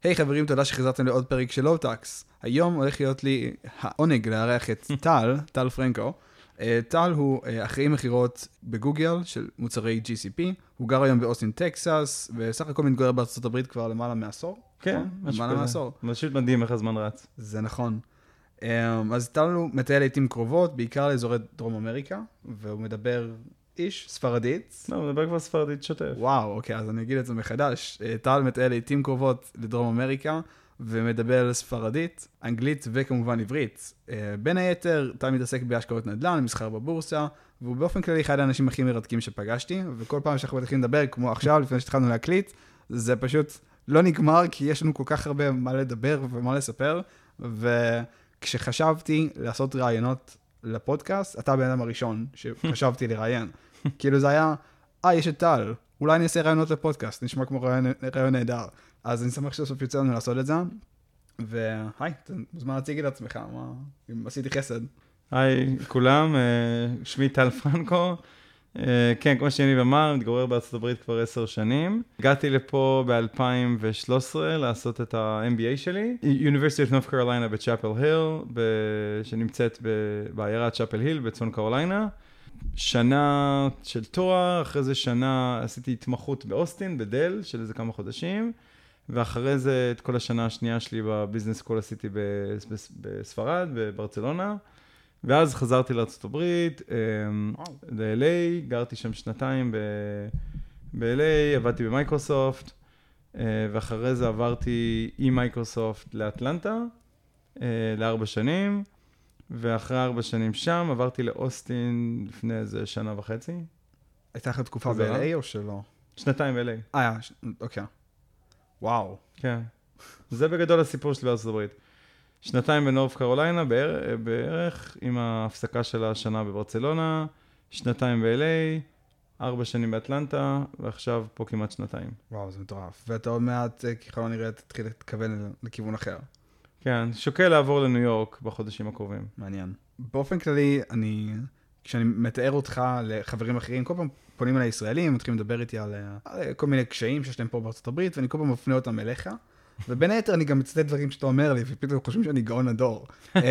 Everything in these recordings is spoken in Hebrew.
היי חברים, תודה שחזרתם לעוד פרק של לואו-טקס. היום הולך להיות לי העונג לארח את טל פרנקו. טל הוא אחראי מכירות בגוגל של מוצרי GCP. הוא גר היום באוסטין, טקסס, וסך הכל מתגורר בארצות הברית כבר למעלה מעשור. כן, למעלה מעשור. פשוט מדהים איך הזמן רץ. זה נכון. אז טל הוא מטייל לעתים קרובות, בעיקר לאזורי דרום אמריקה, והוא מדבר ספרדית. לא, הוא מדבר כבר ספרדית שוטף. וואו, אוקיי, אז אני אגיד את זה מחדש. טל מטייל לעתים קרובות לדרום אמריקה, ומדבר ספרדית, אנגלית וכמובן עברית. בין היתר, טל מתעסק בהשקעות נדל"ן, מסחר בבורסה, והוא באופן כללי אחד האנשים הכי מרתקים שפגשתי, וכל פעם שאנחנו מתחילים לדבר, כמו עכשיו, לפני שהתחלנו להקליט, זה פשוט לא נגמר, כי יש לנו כל כך הרבה מה לדבר ומה לספר, וכשחשבתי לעשות רעיונות לפודקאסט, אתה הבן אדם הראשון שחשבתי לראיין. כאילו זה היה, יש את טל, אולי אני אעשה רעיונות לפודקאסט, נשמע כמו רעיון נהדר. אז אני שמח שסוף יוצא לנו לעשות את זה, והי, אתה מוזמן להציג את עצמך, אם עשיתי חסד. היי כולם, שמי טל פרנקו. כן, כמו שאני אמר, מתגורר בארצות הברית כבר 10 שנים. הגעתי לפה ב-2013 לעשות את ה-MBA שלי. University of North Carolina בצ'אפל היל, שנמצאת בעיירת צ'אפל היל בצפון קרוליינה. שנה של תואר, אחרי זה שנה עשיתי התמחות באוסטין, בדל, של איזה כמה חודשים, ואחרי זה את כל השנה השנייה שלי בביזנס סקול עשיתי בספרד, בברצלונה, ואז חזרתי לארצות הברית, ל-LA, גרתי שם 2 ב-LA, עבדתי במייקרוסופט, ואחרי זה עברתי עם מייקרוסופט לאטלנטה, ל4 שנים, ואחרי 4 שנים שם, עברתי לאוסטין לפני איזה שנה וחצי. הייתה לך תקופה ב-LA או שלא? 2 ב-LA. אוקיי. וואו. כן. זה בגדול הסיפור שלי בארצות הברית. 2 בנורף קרוליינה בערך, עם ההפסקה של השנה בברצלונה, 2 ב-LA, 4 שנים באטלנטה, ועכשיו פה כמעט 2. וואו, זה מטורף. ואתה עוד מעט, ככל הנראה, תתחיל להתכוון לכיוון אחר. כן, שוקל לעבור לניו יורק בחודשים הקרובים. מעניין. באופן כללי, כשאני מתאר אותך לחברים אחרים, כל פעם פונים אליי ישראלים, מתחילים לדבר איתי על כל מיני קשיים שיש להם פה בארצות הברית, ואני כל פעם מפנה אותם אליך, ובין היתר אני גם מצטט דברים שאתה אומר לי, ופתאום חושבים שאני גאון הדור.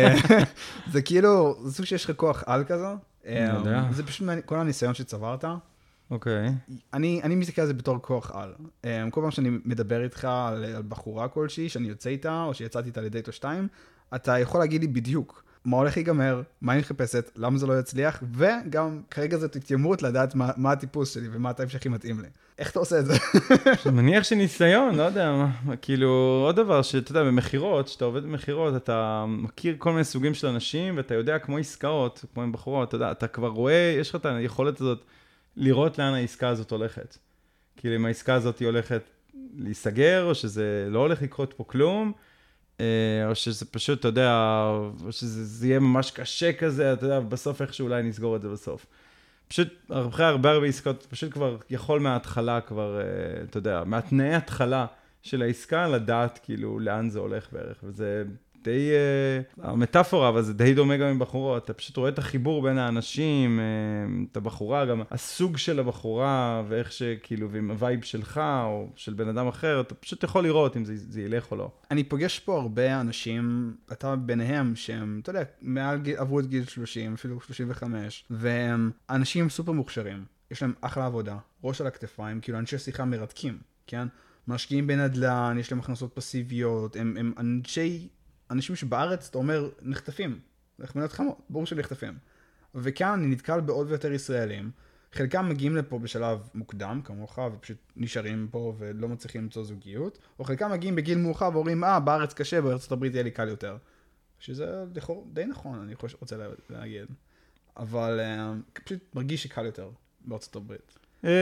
זה כאילו, זה סוג שיש לך כוח על כזו. זה פשוט כל הניסיון שצברת. אוקיי. אני מסתכל על זה בתור כוח על. כל פעם שאני מדבר איתך על בחורה כלשהי, שאני יוצא איתה, או שיצאתי איתה לדייט או 2, אתה יכול להגיד לי בדיוק מה הולך להיגמר, מה אני מחפשת, למה זה לא יצליח, וגם כרגע זאת התיימרות לדעת מה הטיפוס שלי ומה הטייפ שהכי מתאים לי. איך אתה עושה את זה? מניח שניסיון, לא יודע, כאילו עוד דבר שאתה יודע, במחירות, שאתה עובד במחירות, אתה מכיר כל מיני סוגים של אנשים, ואתה יודע כמו עסקאות, כמו עם בחורות, אתה יודע, אתה כבר רואה, יש לך את היכולת הזאת לראות לאן העסקה הזאת הולכת. כאילו אם העסקה הזאת היא הולכת להיסגר, או שזה לא הולך לקרות פה כלום, או שזה פשוט, אתה יודע, או שזה יהיה ממש קשה כזה, אתה יודע, בסוף איכשהו אולי נסגור את זה בסוף. פשוט, אחרי הרבה עסקאות, פשוט כבר יכול מההתחלה כבר, אתה יודע, מהתנאי התחלה של העסקה, לדעת כאילו לאן זה הולך בערך, וזה די, המטאפורה, אבל זה די דומה גם עם בחורות, אתה פשוט רואה את החיבור בין האנשים, את הבחורה, גם הסוג של הבחורה, ואיך שכאילו, ועם הווייב שלך, או של בן אדם אחר, אתה פשוט יכול לראות אם זה ילך או לא. אני פוגש פה הרבה אנשים, אתה ביניהם, שהם, אתה יודע, עברו את גיל 30, אפילו 35, והם אנשים סופר מוכשרים, יש להם אחלה עבודה, ראש על הכתפיים, כאילו אנשי שיחה מרתקים, כן? משקיעים בנדל"ן, יש להם הכנסות פסיביות, הם אנשים שבארץ, אתה אומר, נחטפים. נחמנות חמות, ברור שנחטפים. וכאן אני נתקל בעוד ויותר ישראלים. חלקם מגיעים לפה בשלב מוקדם, כמוך, ופשוט נשארים פה ולא מצליחים למצוא זוגיות. או חלקם מגיעים בגיל מאוחר ואומרים, בארץ קשה, בארצות הברית יהיה לי קל יותר. שזה די נכון, אני רוצה להגיד. אבל פשוט מרגיש שקל יותר בארצות הברית.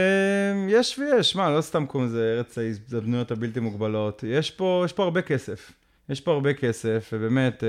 יש ויש, לא סתם קוראים לזה ארץ ההזדמנויות הבלתי מוגבלות. יש פה הרבה כסף. יש פה הרבה כסף, ובאמת,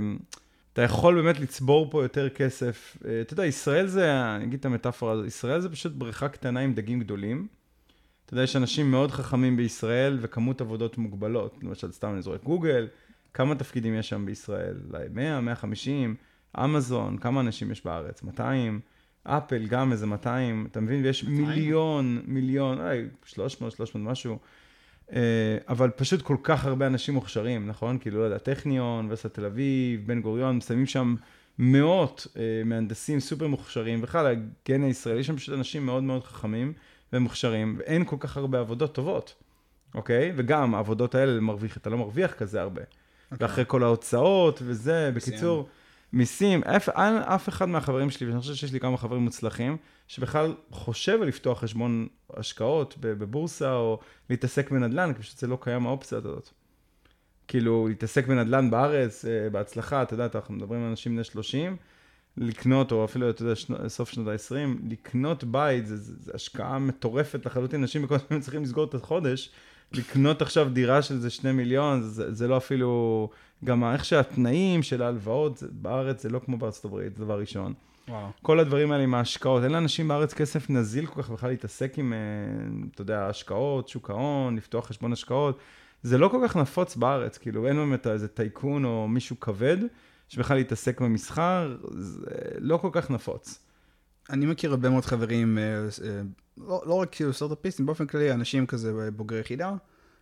אתה יכול באמת לצבור פה יותר כסף. אתה יודע, ישראל זה, אני אגיד את המטאפורה הזאת, ישראל זה פשוט בריכה קטנה עם דגים גדולים. אתה יודע, יש אנשים מאוד חכמים בישראל, וכמות עבודות מוגבלות. למשל, סתם אני זורק גוגל, כמה תפקידים יש שם בישראל? 100, 150, אמזון, כמה אנשים יש בארץ? 200, אפל גם איזה 200, אתה מבין? ויש מיליון, 300 משהו. אבל פשוט כל כך הרבה אנשים מוכשרים, נכון? כאילו, לא יודע, טכניון, אוניברסיטת תל אביב, בן גוריון, מסיימים שם מאות מהנדסים סופר מוכשרים, בכלל, הגן הישראלי, יש שם פשוט אנשים מאוד מאוד חכמים ומוכשרים, ואין כל כך הרבה עבודות טובות, אוקיי? וגם העבודות האלה אתה לא מרוויח כזה הרבה. ואחרי כל ההוצאות וזה, בקיצור, מיסים, אף אחד מהחברים שלי, ואני חושב שיש לי כמה חברים מוצלחים, שבכלל חושב על לפתוח חשבון השקעות בבורסה, או להתעסק בנדל"ן, כי פשוט זה לא קיים האופציה הזאת. כאילו, להתעסק בנדל"ן בארץ, בהצלחה, אתה יודע, אנחנו מדברים על אנשים בני 30, לקנות, או אפילו, אתה יודע, סוף שנות ה-20, לקנות בית, זה השקעה מטורפת לחלוטין, אנשים בכל זאת צריכים לסגור את החודש, לקנות עכשיו דירה של זה 2 מיליון, זה לא אפילו, גם איך שהתנאים של ההלוואות בארץ, זה לא כמו בארצות הברית, זה דבר ראשון. וואו. כל הדברים האלה עם ההשקעות, אין לאנשים בארץ כסף נזיל כל כך בכלל להתעסק עם, אתה יודע, השקעות, שוק ההון, לפתוח חשבון השקעות, זה לא כל כך נפוץ בארץ, כאילו אין באמת איזה טייקון או מישהו כבד, שבכלל להתעסק במסחר, זה לא כל כך נפוץ. אני מכיר הרבה מאוד חברים, לא רק כאילו סטארט-אפיסטים, באופן כללי, אנשים כזה בוגרי יחידה,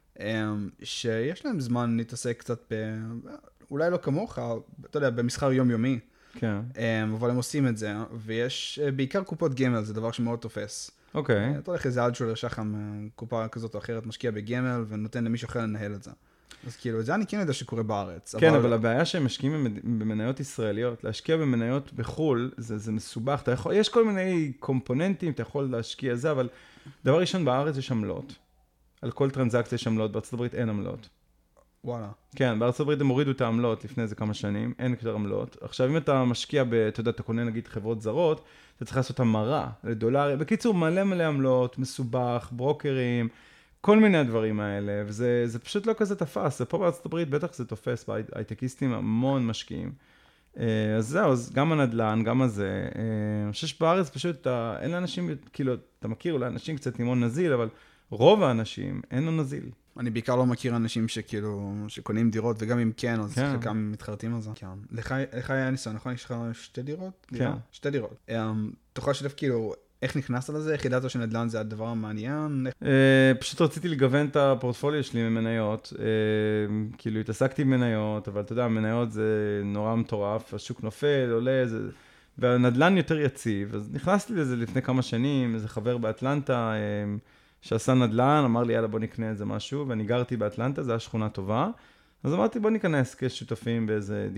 שיש להם זמן להתעסק קצת אולי לא כמוך, אתה יודע, במסחר יומיומי. כן. אבל הם עושים את זה, ויש בעיקר קופות גמל, זה דבר שמאוד תופס. אוקיי. אתה הולך איזה אלטשולר שחם, קופה כזאת או אחרת, משקיע בגמל, ונותן למישהו אחר לנהל את זה. אז כאילו, זה אני כן יודע שקורה בארץ. כן, אבל הבעיה שהם משקיעים במניות ישראליות, להשקיע במניות בחול, זה מסובך. יש כל מיני קומפוננטים, אתה יכול להשקיע זה, אבל דבר ראשון, בארץ יש עמלות. על כל טרנזקציה יש עמלות, בארצות הברית אין עמלות. וואלה. כן, בארצות הברית הם הורידו את העמלות לפני איזה כמה שנים, אין יותר עמלות. עכשיו, אם אתה משקיע אתה יודע, אתה קונה נגיד חברות זרות, אתה צריך לעשות המרה לדולרים. בקיצור, מלא עמלות, מסובך, ברוקרים, כל מיני הדברים האלה, וזה פשוט לא כזה תפס. פה בארצות הברית בטח זה תופס, בהייטקיסטים המון משקיעים. אז זהו, אז גם הנדל"ן, גם הזה. אני חושב שבארץ פשוט, אין לאנשים, כאילו, אתה מכיר אולי אנשים קצת עם הון נזיל, אבל רוב האנשים אין לו נזיל. אני בעיקר לא מכיר אנשים שכאילו, שקונים דירות, וגם אם כן, אז חלקם מתחרטים על זה. כן. לך היה ניסיון, נכון? יש לך 2 דירות? כן. 2 דירות. תוכל לשתף כאילו, איך נכנסת לזה? איך ידעת שנדל"ן זה הדבר המעניין? פשוט רציתי לגוון את הפורטפוליו שלי ממניות. כאילו, התעסקתי במניות, אבל אתה יודע, מניות זה נורא מטורף, השוק נופל, עולה, והנדל"ן יותר יציב. אז נכנסתי לזה לפני כמה שנים, איזה חבר באטלנטה, שעשה נדל"ן, אמר לי, יאללה, בוא נקנה איזה משהו, ואני גרתי באטלנטה, זו הייתה שכונה טובה. אז אמרתי, בוא ניכנס כשותפים באיזה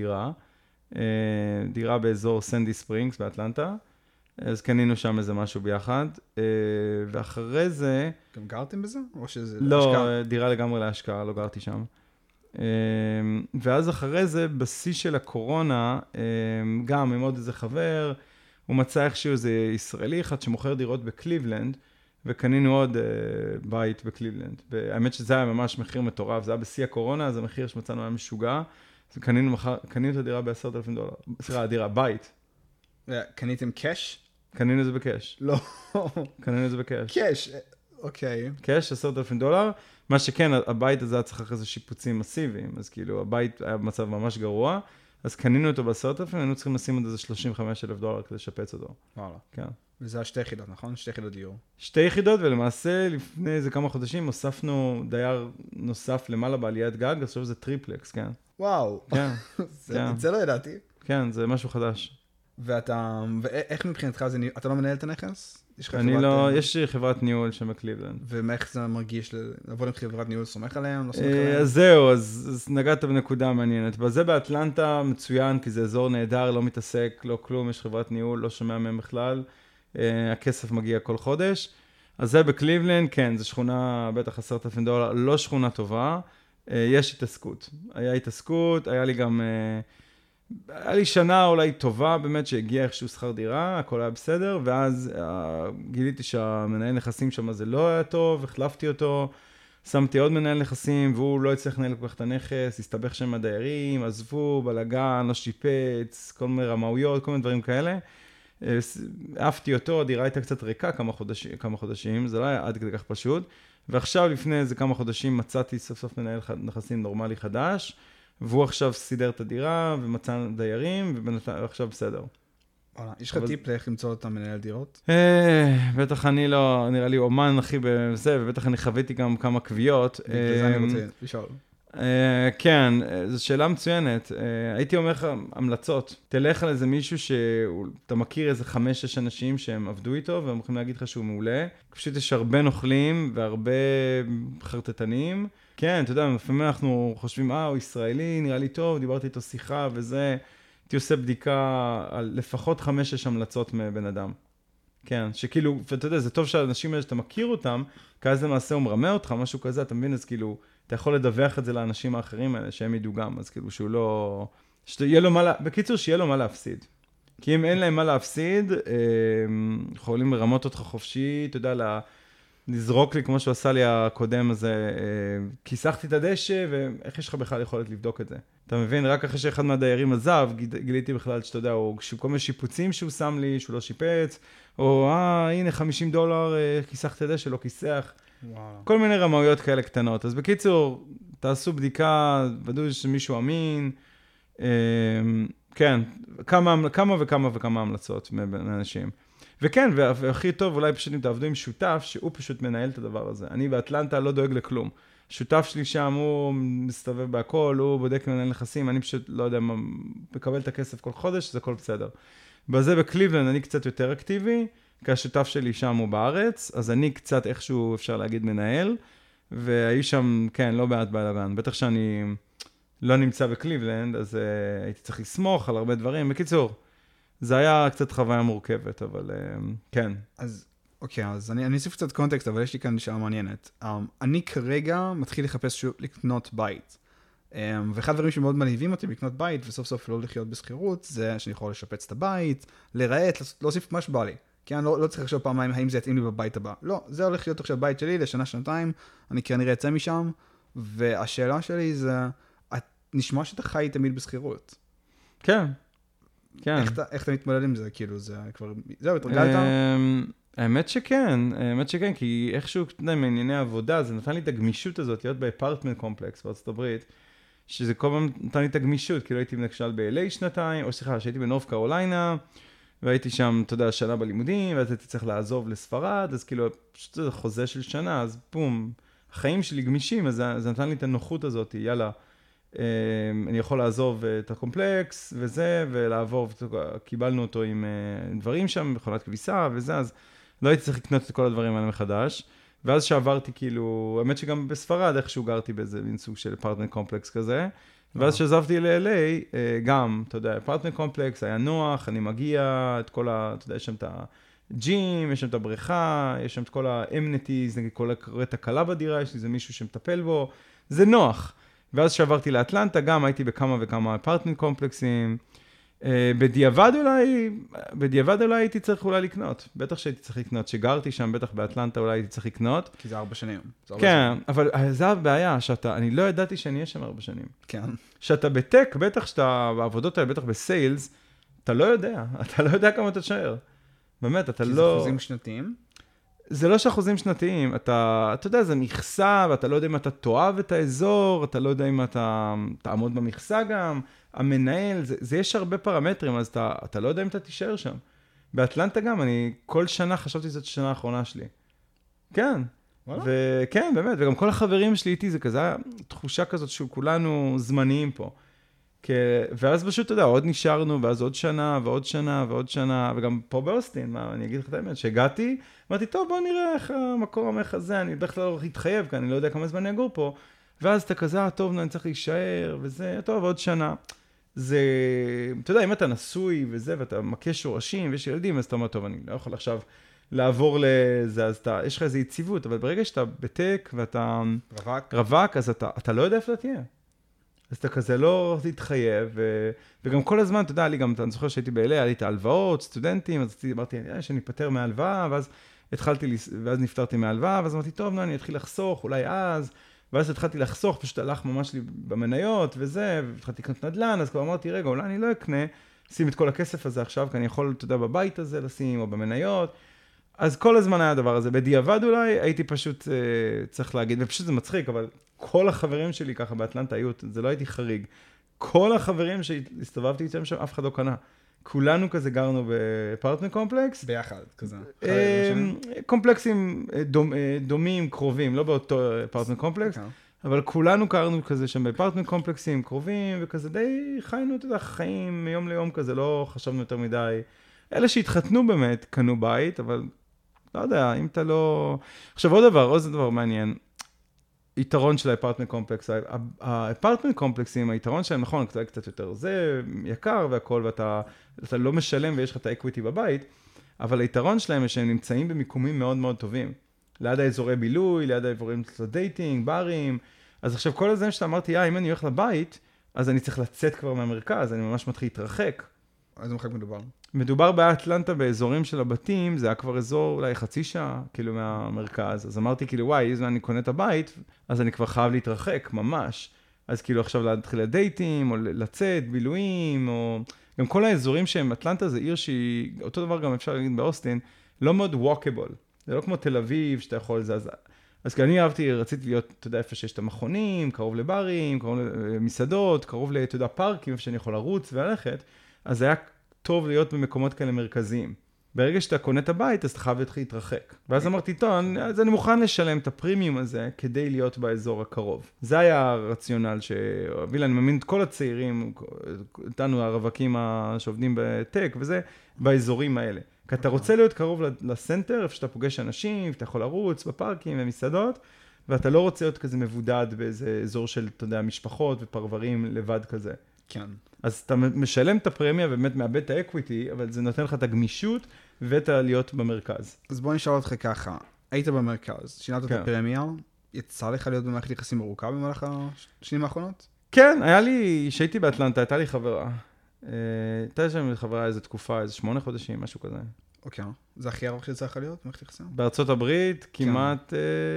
דירה באזור סנדי ספרינגס באטלנטה. אז קנינו שם איזה משהו ביחד, ואחרי זה... גם גרתם בזה? או שזה לא, השקעה? דירה לגמרי להשקעה, לא גרתי שם. ואז אחרי זה, בשיא של הקורונה, גם עם עוד איזה חבר, הוא מצא איכשהו איזה ישראלי אחד שמוכר דירות בקליבלנד, וקנינו עוד בית בקליבלנד. האמת שזה היה ממש מחיר מטורף, זה היה בשיא הקורונה, אז המחיר שמצאנו היה משוגע, אז קנינו את הדירה $10,000. סליחה, הדירה, בית. קניתם קאש? קנינו את זה בקאש. לא. קנינו את זה בקאש. קאש, אוקיי. קאש, $10,000. מה שכן, הבית הזה היה צריך אחרי זה שיפוצים מסיביים, אז כאילו הבית היה במצב ממש גרוע, אז קנינו אותו ב10,000, היינו צריכים לשים עוד איזה $35,000 כדי לשפץ אותו. וואלה. כן. וזה היה 2 יחידות, נכון? 2 יחידות דיור. 2 יחידות, ולמעשה לפני איזה כמה חודשים הוספנו דייר נוסף למעלה בעליית גג, עכשיו זה טריפלקס, כן. וואו. כן. זה לא ידעתי. כן, זה משהו חדש. ואיך מבחינתך זה, אתה לא מנהל את הנכס? אני לא, יש חברת ניהול שם בקליבלנד. ואיך זה מרגיש לבוא עם חברת ניהול, סומך עליהם, לא סומך עליהם? אז זהו, אז נגעת בנקודה מעניינת. וזה באטלנטה מצוין, כי זה אזור נהדר, לא מתעסק, לא כלום, יש חברת ניהול, לא שומע מהם בכלל. הכסף מגיע כל חודש. אז זה בקליבלנד, כן, זו שכונה בטח $10,000, לא שכונה טובה. יש התעסקות. היה התעסקות, היה לי שנה אולי טובה, באמת שהגיע איכשהו שכר דירה, הכל היה בסדר, ואז גיליתי שהמנהל נכסים שם זה לא היה טוב, החלפתי אותו, שמתי עוד מנהל נכסים, והוא לא הצליח לנהל כל כך את הנכס, הסתבך שם הדיירים, עזבו, בלגן, לא שיפץ, כל מיני רמאויות, כל מיני דברים כאלה. אהבתי אותו, הדירה הייתה קצת ריקה כמה חודשים, זה לא היה עד כדי כך פשוט, ועכשיו לפני איזה כמה חודשים מצאתי סוף סוף מנהל נכסים נורמלי חדש, והוא עכשיו סידר את הדירה, ומצא דיירים, ועכשיו בסדר. יש לך טיפ לאיך למצוא אותם מנהל דירות? בטח אני לא, נראה לי אומן הכי בזה, ובטח אני חוויתי גם כמה קביעות. בגלל זה אני רוצה לשאול. כן, זו שאלה מצוינת. הייתי אומר לך המלצות. תלך על איזה מישהו שאתה מכיר איזה 5-6 אנשים שהם עבדו איתו, והם יכולים להגיד לך שהוא מעולה. פשוט יש הרבה נוכלים והרבה חרטטנים. כן, אתה יודע, לפעמים אנחנו חושבים, הוא ישראלי, נראה לי טוב, דיברתי איתו שיחה וזה. הייתי עושה בדיקה על לפחות 5-6 המלצות מבן אדם. כן, שכאילו, ואתה יודע, זה טוב שהאנשים האלה שאתה מכיר אותם, כי אז למעשה הוא מרמה אותך, משהו כזה, אתה מבין? אז כאילו, אתה יכול לדווח את זה לאנשים האחרים האלה, שהם ידעו גם, אז כאילו שהוא לא... שיהיה לו בקיצור, שיהיה לו מה להפסיד. כי אם אין להם מה להפסיד, יכולים לרמות אותך חופשי, אתה יודע, לזרוק לי, כמו שהוא עשה לי הקודם הזה, כיסחתי את הדשא, ואיך יש לך בכלל יכולת לבדוק את זה? אתה מבין? רק אחרי שאחד מהדיירים עזב, גיליתי בכלל שאתה יודע, או כל מיני שיפוצים שהוא שם לי, שהוא לא שיפץ, או הנה $50, כיסחתי את הדשא, לא כיסח. כל מיני רמאויות כאלה קטנות. אז בקיצור, תעשו בדיקה, ודאו שמישהו אמין, כן, כמה וכמה המלצות מאנשים. וכן, והכי טוב, אולי פשוט אם תעבדו עם שותף, שהוא פשוט מנהל את הדבר הזה. אני באטלנטה לא דואג לכלום. שותף שלי שם, הוא מסתובב בהכל, הוא בודק מנהל נכסים, אני פשוט לא יודע, מקבל את הכסף כל חודש, זה הכל בסדר. בזה בקליבלנד אני קצת יותר אקטיבי, כי השותף שלי שם הוא בארץ, אז אני קצת איכשהו אפשר להגיד מנהל, והיו שם, כן, לא בעד בלגן. בטח שאני לא נמצא בקליבלנד, אז הייתי צריך לסמוך על הרבה דברים. בקיצור, זה היה קצת חוויה מורכבת, אבל כן. אז, אוקיי, אז אני אוסיף קצת קונטקסט, אבל יש לי כאן שאלה מעניינת. אני כרגע מתחיל לחפש לקנות בית. ואחד הדברים שמאוד מלהיבים אותי לקנות בית, וסוף סוף לא לחיות בסחירות, זה שאני יכול לשפץ את הבית, לרהט, להוסיף מה שבא לי. כי אני לא צריך לחשוב פעמיים האם זה יתאים לי בבית הבא. לא, זה הולך להיות עכשיו בית שלי לשנה, שנתיים, אני כנראה אצא משם, והשאלה שלי זה, נשמע שאתה חי תמיד בסחירות. כן, כן. איך אתה מתמודד עם זה? כאילו, זה כבר, זהו, התרגלת? האמת שכן, כי איכשהו, אתה יודע, מענייני עבודה, זה נתן לי את הגמישות הזאת, להיות באפרטמנט קומפלקס בארצות הברית, שזה כל פעם נתן לי את הגמישות, כאילו הייתי למשל ב-LA שנתיים, או סליחה, שהייתי בנורף קרוליינה, והייתי שם, אתה יודע, שנה בלימודים, ואז הייתי צריך לעזוב לספרד, אז כאילו, פשוט זה חוזה של שנה, אז בום, החיים שלי גמישים, אז זה נתן לי את הנוחות הזאת, יאללה, אני יכול לעזוב את הקומפלקס וזה, ולעבור, קיבלנו אותו עם דברים שם, מכונת כביסה וזה, אז לא הייתי צריך לקנות את כל הדברים האלה מחדש, ואז שעברתי כאילו, האמת שגם בספרד איכשהו גרתי באיזה מין סוג של אפרטמנט קומפלקס כזה, ואז שעזבתי ל-LA, גם, אתה יודע, אפרטמנט קומפלקס, היה נוח, אני מגיע, את כל אתה יודע, יש שם את הג'ים, יש שם את הבריכה, יש שם את כל האמנטיז, נגיד כל התקלה בדירה, יש לי איזה מישהו שמטפל בו, זה נוח. ואז שעברתי לאטלנטה, גם הייתי בכמה וכמה אפרטמנט קומפלקסים. בדיעבד אולי הייתי צריך אולי לקנות. בטח שהייתי צריך לקנות. שגרתי שם, בטח באטלנטה אולי הייתי צריך לקנות. כי זה 4 שנים. כן, אבל זה הבעיה, אני לא ידעתי שאני אהיה שם 4 שנים. כן. אחוזים שנתיים? זה לא שאחוזים שנתיים, אתה יודע, זה מכסה, ואתה לא יודע אם אתה תאהב את האזור, אתה לא יודע אם אתה תעמוד במכסה גם, המנהל, זה יש הרבה פרמטרים, אז אתה לא יודע אם אתה תישאר שם. באטלנטה גם, אני כל שנה חשבתי שזאת השנה האחרונה שלי. כן. וכן, באמת, וגם כל החברים שלי איתי, זה כזה תחושה כזאת שכולנו זמניים פה. ואז פשוט, אתה יודע, עוד נשארנו, ואז עוד שנה, ועוד שנה, ועוד שנה, וגם פה באוסטין, אני אגיד לך את האמת, שהגעתי, אמרתי, טוב, בוא נראה איך המקום, איך הזה, אני בדרך כלל לא התחייב, כי אני לא יודע כמה זמן אני אגור פה, ואז אתה כזה, טוב, אני צריך להישאר, וזה, טוב, עוד שנה. זה, אתה יודע, אם אתה נשוי וזה, ואתה מכה שורשים, ויש ילדים, אז אתה אומר, טוב, אני לא יכול עכשיו לעבור לזה, אז יש לך איזו יציבות, אבל ברגע שאתה בטק, ואתה רווק, אז אתה לא יודע איפה אתה תהיה. אז אתה כזה לא תתחייב, וגם כל הזמן, אתה יודע, אני זוכר שהייתי ב-LA, היה לי את ההלוואות, סטודנטים, אז אמרתי, שאני אפטר מההלוואה, ואז נפטרתי מההלוואה, ואז אמרתי, טוב, אני אתחיל לחסוך, אולי ואז התחלתי לחסוך, פשוט הלך ממש לי במניות וזה, והתחלתי לקנות נדל"ן, אז כבר אמרתי, רגע, אולי אני לא אקנה, שים את כל הכסף הזה עכשיו, כי אני יכול, אתה יודע, בבית הזה לשים, או במניות, אז כל הזמן היה הדבר הזה. בדיעבד אולי הייתי פשוט, צריך להגיד, ופשוט זה מצחיק, אבל כל החברים שלי ככה באטלנטה היו, זה לא הייתי חריג. כל החברים שהסתובבתי איתם שם, אף אחד לא קנה. כולנו כזה גרנו באפרטמנט קומפלקס. ביחד, כזה. קומפלקסים דומים, קרובים, לא באותו אפרטמנט קומפלקס, אבל כולנו גרנו כזה שם באפרטמנט קומפלקסים קרובים, וכזה די חיינו, אתה יודע, חיים מיום ליום כזה, לא חשבנו יותר מדי. אלה שהתחתנו באמת, קנו בית, אבל לא יודע, אם אתה לא... עכשיו עוד דבר מעניין, יתרון של האפרטמנט קומפלקס, האפרטמנט קומפלקסים, היתרון שלהם, נכון, קצת יותר, זה יקר והכל, ואתה לא משלם ויש לך את האקוויטי בבית, אבל היתרון שלהם שהם נמצאים במיקומים מאוד מאוד טובים. ליד האזורי בילוי, ליד האזורים של דייטינג, ברים. אז עכשיו כל הזה שאתה אמרתי, אם אני הולך לבית, אז אני צריך לצאת כבר מהמרכז, אני ממש מתחיל להתרחק. איזה מרחק מדובר? מדובר באטלנטה באזורים של הבתים, זה היה כבר אזור אולי חצי שעה, כאילו מהמרכז. אז אמרתי כאילו, וואי, אם אני קונה את הבית, אז אני כבר חייב להתרחק, ממש. אז כאילו עכשיו להתחיל לדייטים, או לצאת, בילויים, או... גם כל האזורים שהם, אטלנטה זה עיר שהיא, אותו דבר גם אפשר להגיד באוסטין, לא מאוד walkable. זה לא כמו תל אביב, שאתה יכול לזז. אז כי אני רציתי להיות, אתה יודע, איפה שיש את המכונים, קרוב לברים, קרוב למסעדות, קרוב אתה יודע, פארקים, איפה שאני יכול לרוץ וללכת. אז זה היה טוב להיות במקומות כאלה מרכזיים. ברגע שאתה קונה את הבית, אז אתה חייב להתרחק. ואז אמרתי, טוב, אז אני מוכן לשלם את הפרימיום הזה כדי להיות באזור הקרוב. זה היה הרציונל שהוביל, אני מאמין את כל הצעירים, איתנו הרווקים שעובדים בטק וזה, באזורים האלה. כי אתה רוצה להיות קרוב לסנטר, איפה שאתה פוגש אנשים, אתה יכול לרוץ בפארקים ומסעדות, ואתה לא רוצה להיות כזה מבודד באיזה אזור של, אתה יודע, משפחות ופרברים לבד כזה. כן. אז אתה משלם את הפרמיה ובאמת מאבד את האקוויטי, אבל זה נותן לך את הגמישות ואת להיות במרכז. אז בוא נשאל אותך ככה, היית במרכז, שינית את הפרמיה, יצא לך להיות במערכת יחסים ארוכה במהלך השנים האחרונות? כן, שהייתי באטלנטה, הייתה לי חברה. הייתה שם חברה איזו תקופה, איזה 8 חודשים, משהו כזה. אוקיי. זה הכי ארוך שיצא לך להיות במערכת יחסים? בארצות הברית, כמעט...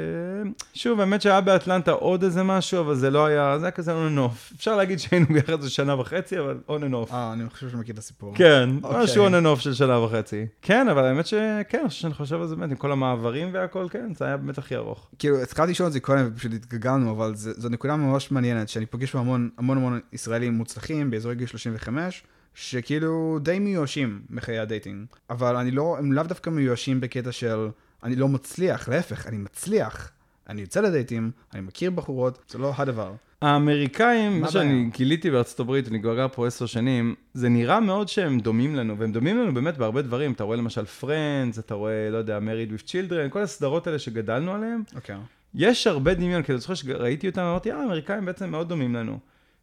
שוב, האמת שהיה באטלנטה עוד איזה משהו, אבל זה לא היה... זה היה כזה on and off. אפשר להגיד שהיינו ביחד איזה 1.5 שנה, אבל on and off. אני חושב שמכיר את הסיפור. כן, משהו on and off של 1.5 שנה. כן, אבל האמת שכן, שאני חושב על זה באמת, עם כל המעברים והכל, כן, זה היה באמת הכי ארוך. כאילו, התחלתי לשאול את זה קודם, ופשוט התגגלנו, אבל זו נקודה ממש מעניינת, שאני פוגש המון ישראלים מוצלחים באזורי גיל 35, שכאילו די מיואשים מחיי הדייטינג, אבל הם לאו דווקא מיואשים בקטע של אני לא מצליח, להפך, אני מצליח, אני יוצא לדייטים, אני מכיר בחורות, זה לא הדבר. האמריקאים, מה שאני גיליתי בארצות הברית, אני גר פה 10 שנים, זה נראה מאוד שהם דומים לנו, והם דומים לנו באמת בהרבה דברים, אתה רואה למשל Friends, אתה רואה, לא יודע, Married with Children, כל הסדרות האלה שגדלנו עליהם, יש הרבה דמיון, כי אני זוכר שראיתי אותם, אמרתי, האמריקאים בעצם מאוד דומים לנו.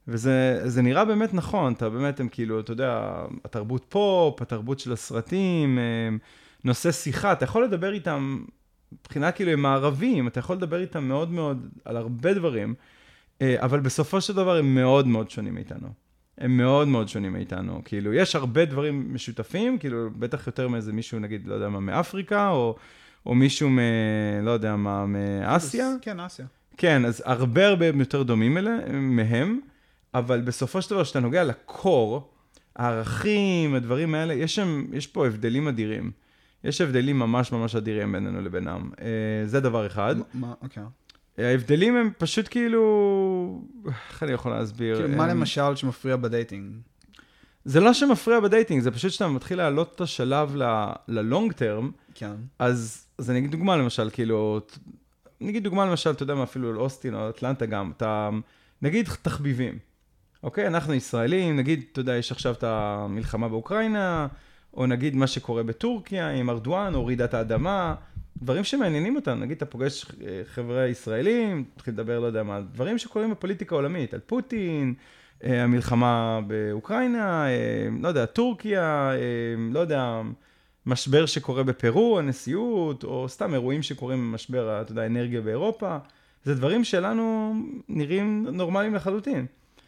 וזה נראה באמת נכון, אתה באמת, הם כאילו, אתה יודע, התרבות פופ, התרבות של הסרטים, נושא שיחה, אתה יכול לדבר איתם, מבחינה כאילו הם מערבים, אתה יכול לדבר איתם מאוד מאוד על הרבה דברים, אבל בסופו של דבר הם מאוד מאוד שונים מאיתנו. הם מאוד מאוד שונים מאיתנו. כאילו, יש הרבה דברים משותפים, כאילו, בטח יותר מאיזה מישהו, נגיד, לא יודע מה, מאפריקה, או מישהו לא יודע מה, מאסיה. כן, אסיה. כן, אז הרבה יותר דומים מהם, אבל בסופו של דבר, שאתה נוגע לקור, הערכים, הדברים האלה, יש פה הבדלים אדירים. יש הבדלים ממש ממש אדירים בינינו לבינם. זה דבר אחד. אוקיי. ההבדלים הם פשוט כאילו... איך אני יכול להסביר? כאילו, מה למשל שמפריע בדייטינג? זה לא שמפריע בדייטינג, זה פשוט שאתה מתחיל לעלות את השלב ללונג טרם. כן. אז אני אגיד דוגמה למשל, כאילו... נגיד דוגמה למשל, אתה יודע מה, אפילו לאוסטין או אטלנטה גם, אתה... נגיד תחביבים. אוקיי? אנחנו ישראלים, נגיד, אתה יודע, יש עכשיו את המלחמה באוקראינה, או נגיד מה שקורה בטורקיה עם ארדואן, או רעידת האדמה, דברים שמעניינים אותנו, נגיד, אתה פוגש חבר'ה ישראלים, תתחיל לדבר, לא יודע מה, דברים שקורים בפוליטיקה העולמית, על פוטין, המלחמה באוקראינה, לא יודע, טורקיה, לא יודע, משבר שקורה בפרו, הנשיאות, או סתם אירועים שקורים במשבר, אתה יודע, אנרגיה באירופה, זה דברים שלנו נראים נורמליים לחלוטין.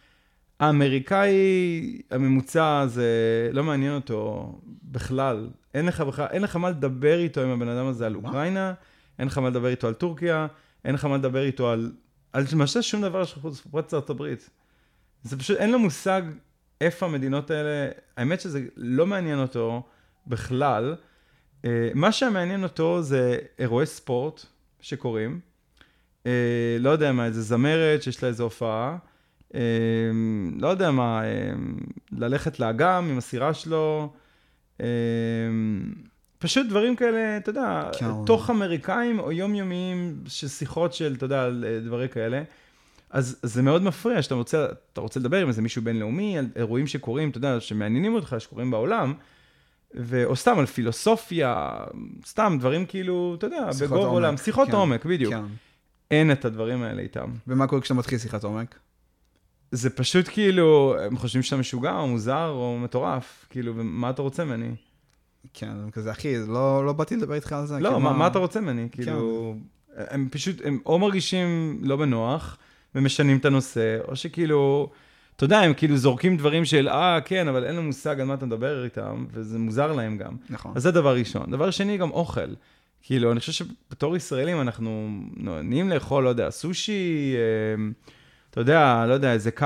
האמריקאי הממוצע זה לא מעניין אותו בכלל. אין לך מה לדבר איתו עם הבן אדם הזה על אוקראינה, אין לך מה לדבר איתו על טורקיה, אין לך מה לדבר איתו על למשל שום דבר שחוץ ארצות הברית. זה פשוט, אין לו מושג איפה המדינות האלה, האמת שזה לא מעניין אותו בכלל. מה שמעניין אותו זה אירועי ספורט שקורים, לא יודע מה, איזה זמרת שיש לה איזו הופעה, לא יודע מה, ללכת לאגם עם הסירה שלו, פשוט דברים כאלה, אתה יודע, תוך אמריקאים או יומיומיים ששיחות של, אתה יודע, דברים כאלה. אז זה מאוד מפריע, שאתה רוצה לדבר עם איזה מישהו בינלאומי, על אירועים שקורים, אתה יודע, שמעניינים אותך, שקורים בעולם, או סתם על פילוסופיה, סתם דברים כאילו, אתה יודע, בגוב עולם, שיחות עומק, בדיוק. אין את הדברים האלה איתם. ומה קורה כשאתה מתחיל שיחת עומק? זה פשוט כאילו, הם חושבים שאתה משוגע, או מוזר, או מטורף, כאילו, ומה אתה רוצה ממני? כן, כזה, אחי, לא באתי לדבר איתך על זה. לא, מה אתה רוצה ממני? כאילו, הם פשוט, הם או מרגישים לא בנוח, ומשנים את הנושא, או שכאילו, אתה יודע, הם כאילו זורקים דברים של, כן, אבל אין להם מושג על מה אתה מדבר איתם, וזה מוזר להם גם. נכון. אז זה דבר ראשון. דבר שני, גם אוכל. כאילו, אני חושב שבתור ישראלים אנחנו נהיים לאכול, לא יודע, סושי, אתה יודע, לא יודע, איזה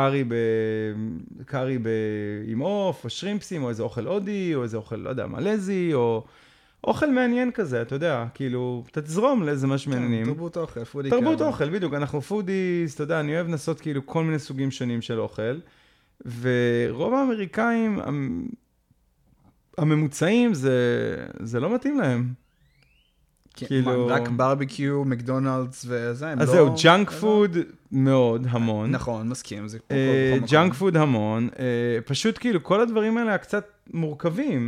קארי עם עוף, או שרימפסים, או איזה אוכל הודי, או איזה אוכל, לא יודע, מלזי, או אוכל מעניין כזה, אתה יודע, כאילו, אתה תזרום לאיזה משהו מעניינים. תרבות אוכל, פודי. תרבות אוכל, בדיוק, אנחנו פודיס, אתה יודע, אני אוהב לנסות כאילו כל מיני סוגים שונים של אוכל, ורוב האמריקאים הממוצעים, זה לא מתאים להם. כאילו... רק ברביקיו, מקדונלדס וזה, הם לא... אז זהו, ג'אנק פוד מאוד, המון. נכון, מסכים. ג'אנק פוד המון. פשוט כאילו, כל הדברים האלה קצת מורכבים.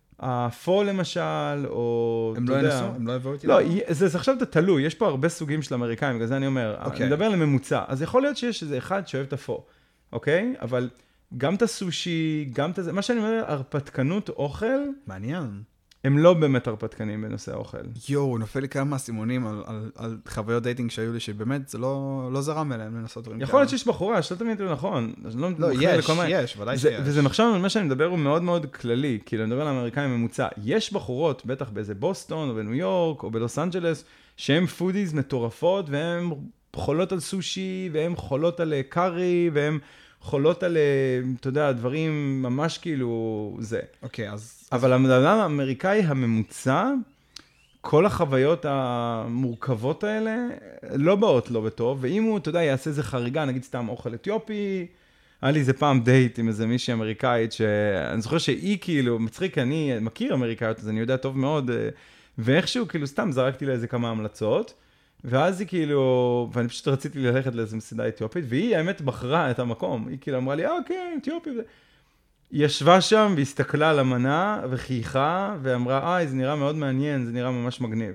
הפו למשל, או... הם לא ינסו? הם לא יבואו איתי? לא, זה עכשיו אתה תלוי, יש פה הרבה סוגים של אמריקאים, בגלל זה אני אומר, אני מדבר על ממוצע. אז יכול להיות שיש איזה אחד שאוהב את הפו, אוקיי? אבל גם את הסושי, גם את זה, מה שאני אומר, הרפתקנות אוכל, מעניין. הם לא באמת הרפתקנים בנושא האוכל. נופל לי כמה סימונים על חוויות דייטינג שהיו לי, שבאמת זה לא זרם אליהם לנסות דברים כאלה. יכול להיות שיש בחורה, שלא תמיד לא נכון. לא, יש, ודאי שיש. וזה מחשב, מה שאני מדבר הוא מאוד מאוד כללי, כאילו אני מדבר על האמריקאים ממוצע. יש בחורות, בטח באיזה בוסטון, או בניו יורק, או בלוס אנג'לס, שהן פודיז מטורפות, והן חולות על סושי, והן חולות על קארי, והן חולות על, אתה יודע, דברים ממש כאילו זה. אוקיי, אז... אבל המדען האמריקאי הממוצע, כל החוויות המורכבות האלה לא באות לא בטוב, ואם הוא, אתה יודע, יעשה איזה חריגה, נגיד סתם אוכל אתיופי, היה לי איזה פעם דייט עם איזה מישהי אמריקאית, שאני זוכר שהיא כאילו, מצחיק, אני מכיר אמריקאיות, אז אני יודע טוב מאוד, ואיכשהו כאילו סתם זרקתי לה איזה כמה המלצות, ואז היא כאילו, ואני פשוט רציתי ללכת לאיזה מסעדה אתיופית, והיא האמת בחרה את המקום, היא כאילו אמרה לי, כן, אתיופי, היא ישבה שם והסתכלה על המנה וחייכה ואמרה, זה נראה מאוד מעניין, זה נראה ממש מגניב.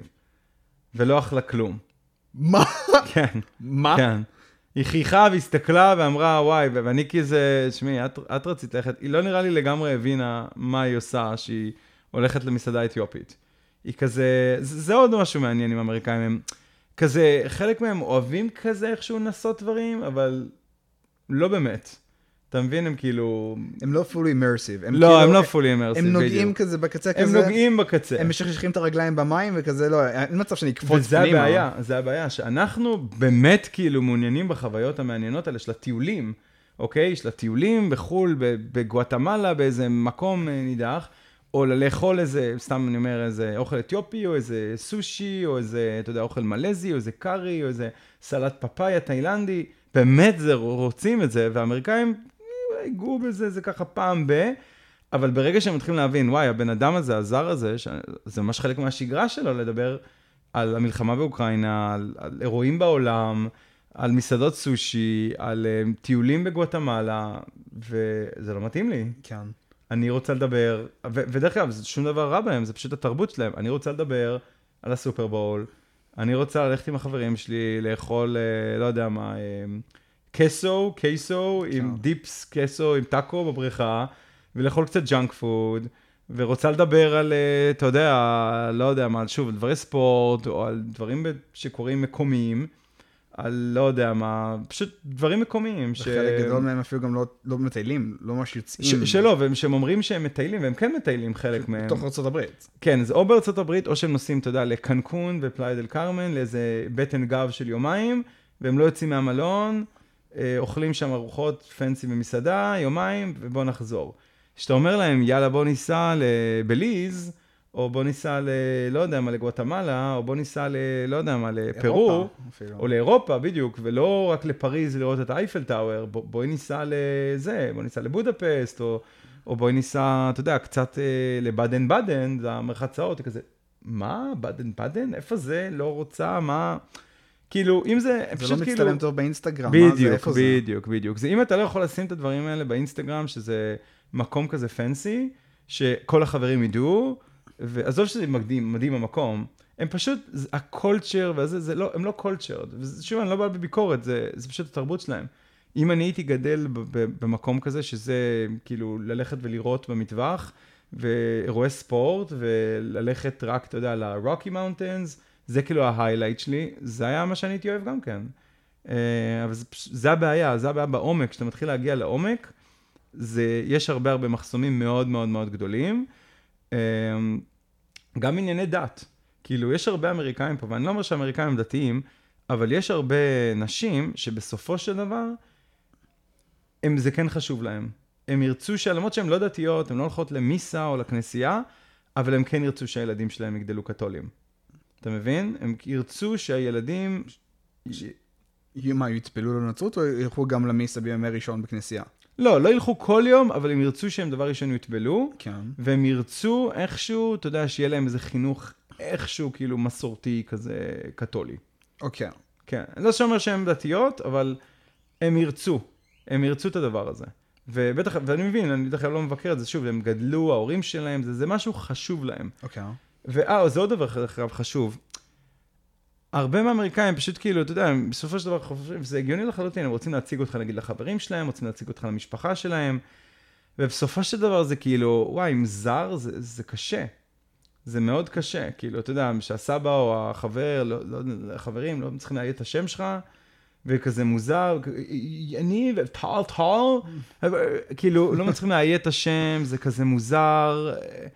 ולא אכלה כלום. מה? כן. מה? כן. היא חייכה והסתכלה ואמרה, וואי, ואני כזה, שמי, את רצית ללכת, היא לא נראה לי לגמרי הבינה מה היא עושה, שהיא הולכת למסעדה אתיופית. היא כזה, זה עוד משהו מעניין עם האמריקאים, הם כזה, חלק מהם אוהבים כזה איכשהו לנסות דברים, אבל לא באמת. אתה מבין, הם כאילו... הם לא fully immersive. לא, הם לא fully immersive. הם נוגעים כזה בקצה כזה. הם נוגעים בקצה. הם משכשכים את הרגליים במים וכזה, לא, אין מצב שאני אקפוץ פנימה. וזה הבעיה, זה הבעיה, שאנחנו באמת כאילו מעוניינים בחוויות המעניינות האלה של הטיולים, אוקיי? של הטיולים בחול, בגואטמלה, באיזה מקום נידח, או לאכול איזה, סתם אני אומר, איזה אוכל אתיופי, או איזה סושי, או איזה, אתה יודע, אוכל מלזי, או איזה קארי, או איזה סלט פפאיה תאילנדי. באמת זה, רוצים את זה, והאמריקאים יגעו בזה, זה ככה פעם אבל ברגע שהם מתחילים להבין, וואי, הבן אדם הזה, הזר הזה, זה ממש חלק מהשגרה שלו לדבר על המלחמה באוקראינה, על אירועים בעולם, על מסעדות סושי, על טיולים בגואטמלה, וזה לא מתאים לי. כן. אני רוצה לדבר, ודרך אגב, זה שום דבר רע בהם, זה פשוט התרבות שלהם. אני רוצה לדבר על הסופרבול, אני רוצה ללכת עם החברים שלי, לאכול, לא יודע מה, קסו, עם דיפס, קסו, עם טאקו בבריכה, ולאכול קצת ג'אנק פוד, ורוצה לדבר על, אתה יודע, לא יודע מה, שוב, דברי ספורט, או על דברים שקורים מקומיים, על לא יודע מה, פשוט דברים מקומיים. חלק גדול מהם אפילו גם לא מטיילים, לא ממש יוצאים. שלא, שהם אומרים שהם מטיילים, והם כן מטיילים חלק מהם. בתוך ארצות הברית. כן, אז או בארצות הברית, או שהם נוסעים, אתה יודע, לקנקון ופלאיה דל קרמן, לאיזה בטן גב של יומיים, והם לא יוצאים מהמלון, אוכלים שם ארוחות פנסי במסעדה, יומיים, ובוא נחזור. כשאתה אומר להם, יאללה, בוא ניסע לבליז, או בוא ניסע לא יודע מה, לגואטמלה, או בוא ניסע לא יודע מה, לפרו, אירופה, אפילו. או לאירופה, בדיוק, ולא רק לפריז לראות את האייפל טאוור, בואי ניסע לזה, בואי ניסע לבודפסט, או בואי ניסע, אתה יודע, קצת לבדן בדן, זה המרחצאות, כזה, מה? בדן בדן? איפה זה? לא רוצה, מה? כאילו, אם זה, זה פשוט לא כאילו... מצטלם טוב באינסטגרם, מה זה, איפה זה? בדיוק. זה אם אתה לא יכול לשים את הדברים האלה באינסטגרם, שזה מקום כזה פנסי, שכל החברים ידעו, ועזוב שזה מדהים המקום, הם פשוט, הקולצ'ר וזה, הם לא קולצ'ר, ושוב, אני לא בא בביקורת, זה פשוט התרבות שלהם. אם אני הייתי גדל במקום כזה, שזה כאילו ללכת ולראות במטווח, ואירועי ספורט, וללכת רק, אתה יודע, לרוקי מאונטנס, זה כאילו ההיילייט שלי, זה היה מה שאני הייתי אוהב גם כן. אבל זה הבעיה בעומק, כשאתה מתחיל להגיע לעומק, יש הרבה מחסומים מאוד מאוד מאוד גדולים, גם ענייני דת. כאילו, יש הרבה אמריקאים פה, ואני לא אומר שהאמריקאים הם דתיים, אבל יש הרבה נשים שבסופו של דבר, זה כן חשוב להם. הם ירצו למרות שהן לא דתיות, הן לא הולכות למיסה או לכנסייה, אבל הם כן ירצו שהילדים שלהם יגדלו קתולים. אתה מבין? הם ירצו שהילדים... מה, יצפלו לנצרות או ילכו גם למיסה בימי ראשון בכנסייה? לא ילכו כל יום, אבל הם ירצו שהם דבר ראשון יתבלו, כן. והם ירצו איכשהו, אתה יודע, שיהיה להם איזה חינוך איכשהו כאילו מסורתי כזה קתולי. אוקיי. כן, אני לא שאומר שהם דתיות, אבל הם ירצו את הדבר הזה. ובטח, ואני מבין, אני בטח לא מבקר את זה, שוב, הם גדלו, ההורים שלהם, זה משהו חשוב להם. אוקיי. זה עוד דבר חשוב. הרבה מהאמריקאים פשוט כאילו, אתה יודע, בסופו של דבר, זה הגיוני לחלוטין, הם רוצים להציג אותך, נגיד, לחברים שלהם, רוצים להציג אותך למשפחה שלהם, ובסופו של דבר זה כאילו, וואי, עם זר זה קשה. זה מאוד קשה. כאילו, אתה יודע, שהסבא או החברים לא צריכים להגיד את השם שלך, וכזה מוזר, אני וטל, כאילו, לא מצליחים להגיד את השם, זה כזה מוזר,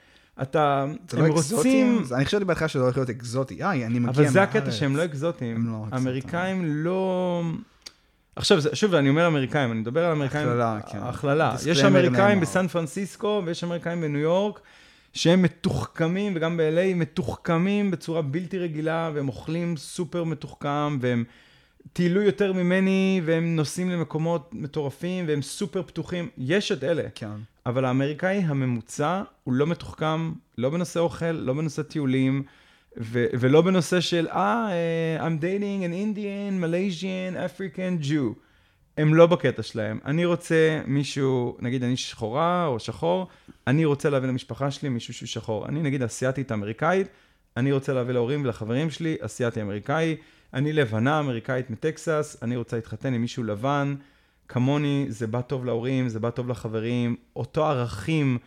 זה לא אקזוטים? אני חשבתי בהתחלה שזה הולך להיות אקזוטי. אני מגיע מהארץ. אבל זה הקטע שהם לא אקזוטים. אמריקאים לא... עכשיו, שוב, אני אומר אמריקאים, אני מדבר על אמריקאים... הכללה. יש אמריקאים בסן פרנסיסקו, ויש אמריקאים בניו יורק, שהם מתוחכמים, וגם ב-LA מתוחכמים בצורה בלתי רגילה, והם אוכלים סופר מתוחכם, והם טיילו יותר ממני, והם נוסעים למקומות מטורפים, והם סופר פתוחים. יש את אלה. כן. אבל האמריקאי הממוצע הוא לא מתוחכם, לא בנושא אוכל, לא בנושא טיולים, ולא בנושא של, I'm dating an Indian, Malaysian, African, Jew. הם לא בקטע שלהם. אני רוצה מישהו, נגיד אני שחורה או שחור, אני רוצה להביא למשפחה שלי מישהו שהוא שחור. אני נגיד אסיאתית אמריקאית, אני רוצה להביא להורים ולחברים שלי, אסיאתי אמריקאי, אני לבנה אמריקאית מטקסס, אני רוצה להתחתן עם מישהו לבן, כמוני, זה בא טוב להורים, זה בא טוב לחברים, אותו ערכים,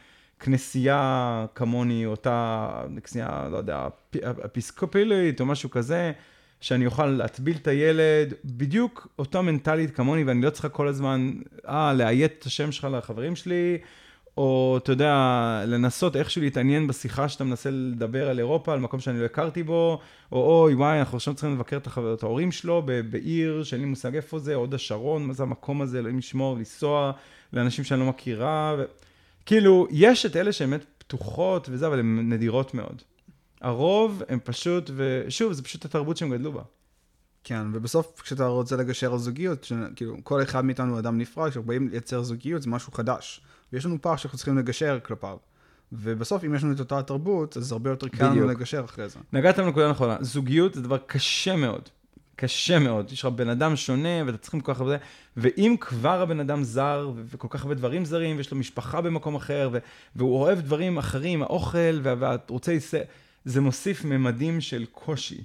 כנסייה כמוני, אותה כנסייה, לא יודע, אפיסקופילית או משהו כזה, שאני אוכל להטביל את הילד, בדיוק אותה מנטלית כמוני, ואני לא צריכה כל הזמן, להיית את השם שלך לחברים שלי, או אתה יודע, לנסות איכשהו להתעניין בשיחה שאתה מנסה לדבר על אירופה, על מקום שאני לא הכרתי בו, או אוי, וואי, אנחנו עכשיו צריכים לבקר את ההורים שלו בעיר, שאין לי מושג איפה זה, הוד השרון, מה זה המקום הזה, אלוהים ישמור, לנסוע לאנשים שאני לא מכירה, כאילו, יש את אלה שהן באמת פתוחות וזה, אבל הן נדירות מאוד. הרוב הם פשוט, ושוב, זה פשוט התרבות שהם גדלו בה. כן, ובסוף כשאתה רוצה לגשר על זוגיות, כאילו, כל אחד מאיתנו הוא אדם נפרד, כשבאים לייצר זוגיות זה משהו חדש. ויש לנו פער שאנחנו צריכים לגשר כלפיו. ובסוף, אם יש לנו את אותה התרבות, אז הרבה יותר קל לנו לגשר אחרי זה. נגעת לנקודה נכונה. זוגיות זה דבר קשה מאוד. קשה מאוד. יש לך בן אדם שונה, ואתה צריכים כל כך הרבה... ואם כבר הבן אדם זר, וכל כך הרבה דברים זרים, ויש לו משפחה במקום אחר, והוא אוהב דברים אחרים, האוכל, ואת רוצה... זה מוסיף ממדים של קושי.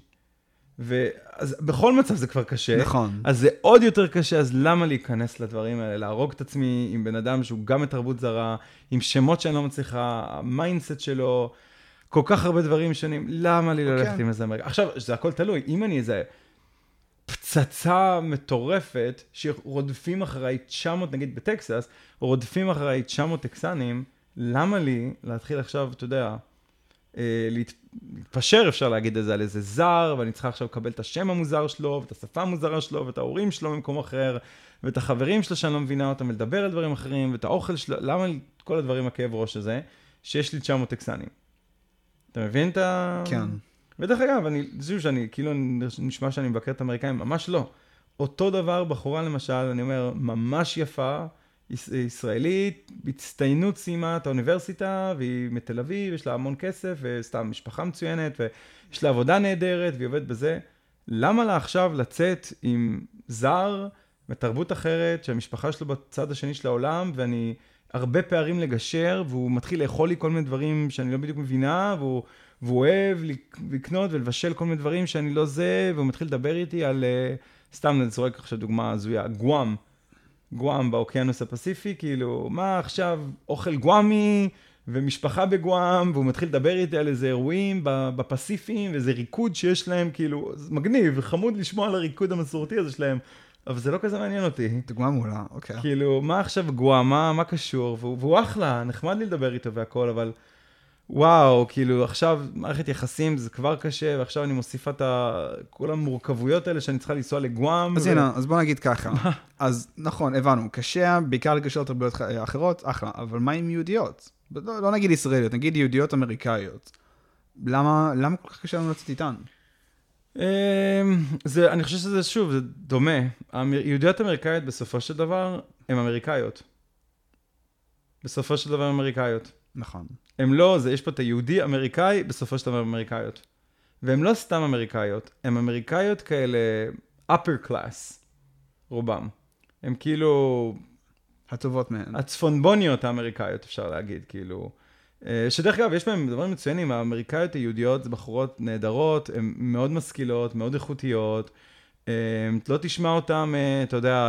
אז בכל מצב זה כבר קשה. נכון. אז זה עוד יותר קשה, אז למה להיכנס לדברים האלה? להרוג את עצמי עם בן אדם שהוא גם מתרבות זרה, עם שמות שאני לא מצליחה, המיינדסט שלו, כל כך הרבה דברים שונים, למה לי ללכת עם איזה אמריקה? עכשיו, זה הכל תלוי, אם אני איזה פצצה מטורפת, שרודפים אחריי 900, נגיד בטקסס, רודפים אחריי 900 טקסנים, למה לי להתחיל עכשיו, אתה יודע, להתפשר, אפשר להגיד את זה, על איזה זר, ואני צריכה עכשיו לקבל את השם המוזר שלו, ואת השפה המוזרה שלו, ואת ההורים שלו במקום אחר, ואת החברים שלו שאני לא מבינה אותם, ולדבר על דברים אחרים, ואת האוכל שלו, למה כל הדברים הכאב ראש הזה, שיש לי 900 טקסנים? אתה מבין את ה... כן. ודרך אגב, שאני, כאילו, נשמע שאני מבקר את האמריקאים, ממש לא. אותו דבר, בחורה למשל, אני אומר, ממש יפה, ישראלית, בהצטיינות סיימה את האוניברסיטה, והיא מתל אביב, יש לה המון כסף, וסתם משפחה מצוינת, ויש לה עבודה נהדרת, והיא עובדת בזה. למה לה עכשיו לצאת עם זר, מתרבות אחרת, שהמשפחה שלו בצד השני של העולם, ואני הרבה פערים לגשר, והוא מתחיל לאכול לי כל מיני דברים שאני לא בדיוק מבינה, והוא אוהב לקנות ולבשל כל מיני דברים שאני לא זה, והוא מתחיל לדבר איתי על, סתם נזרוק עכשיו דוגמה הזויה, גואם באוקיינוס הפסיפי, כאילו, מה עכשיו, אוכל גואמי ומשפחה בגואם, והוא מתחיל לדבר איתי על איזה אירועים בפסיפיים, ואיזה ריקוד שיש להם, כאילו, מגניב, חמוד לשמוע על הריקוד המסורתי הזה שלהם, אבל זה לא כזה מעניין אותי. דוגמה מעולה, אוקיי. כאילו, מה עכשיו גואם, מה קשור, והוא אחלה, נחמד לי לדבר איתו והכל, אבל וואו, כאילו, עכשיו מערכת יחסים זה כבר קשה, ועכשיו אני מוסיפה את כל המורכבויות האלה שאני צריכה לנסוע לגואם. אז הנה, אז בוא נגיד ככה. אז נכון, הבנו, קשה, בעיקר לקשר תרבויות אחרות, אחלה, אבל מה עם יהודיות? לא נגיד ישראליות, נגיד יהודיות אמריקאיות. למה כל כך קשה לנו לצאת איתן? אני חושב שזה שוב, זה דומה. יהודיות אמריקאיות בסופו של דבר הן אמריקאיות. בסופו של דבר אמריקאיות. נכון. הם לא, יש פה את היהודי אמריקאי, בסופו של דבר אמריקאיות. והן לא סתם אמריקאיות, הן אמריקאיות כאלה upper class, רובם. הן כאילו... הטובות מהן. הצפונבוניות האמריקאיות, אפשר להגיד, כאילו. שדרך אגב, יש בהם דברים מצוינים, האמריקאיות היהודיות זה בחורות נהדרות, הן מאוד משכילות, מאוד איכותיות, לא תשמע אותם, אתה יודע,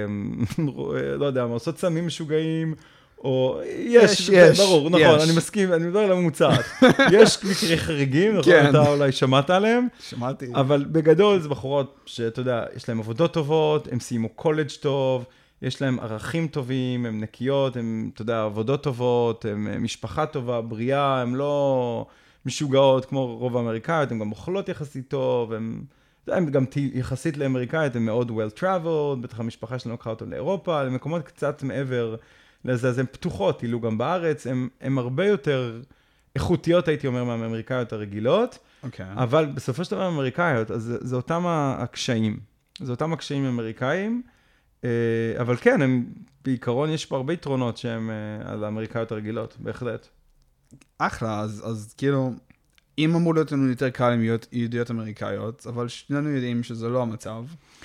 לא יודע, עושות סמים משוגעים, או יש, ברור, נכון, אני מסכים, אני מדבר על הממוצעת. יש מקרי חריגים, נכון, אתה אולי שמעת עליהם. שמעתי. אבל בגדול זה בחורות שאתה יודע, יש להם עבודות טובות, הם סיימו קולג' טוב, יש להם ערכים טובים, הם נקיות, הם, אתה יודע, עבודות טובות, הם משפחה טובה, בריאה, הם לא משוגעות כמו רוב האמריקאיות, הם גם אוכלות יחסית טוב, הם גם יחסית לאמריקאיות, הם מאוד well traveled, בטח המשפחה שלנו לקחה אותו לאירופה, למקומות קצת מעבר לזה, אז הן פתוחות, אילו גם בארץ, הן הרבה יותר איכותיות, הייתי אומר, מהאמריקאיות הרגילות, אבל בסופו של דבר האמריקאיות, אז זה אותם הקשיים, זה אותם הקשיים האמריקאים, אבל כן, הם, בעיקרון יש פה הרבה יתרונות שהם על האמריקאיות הרגילות, בהחלט. אחלה, אז כאילו, אם אמור להיות לנו יותר קל עם יהודיות אמריקאיות, אבל שנינו יודעים שזה לא המצב.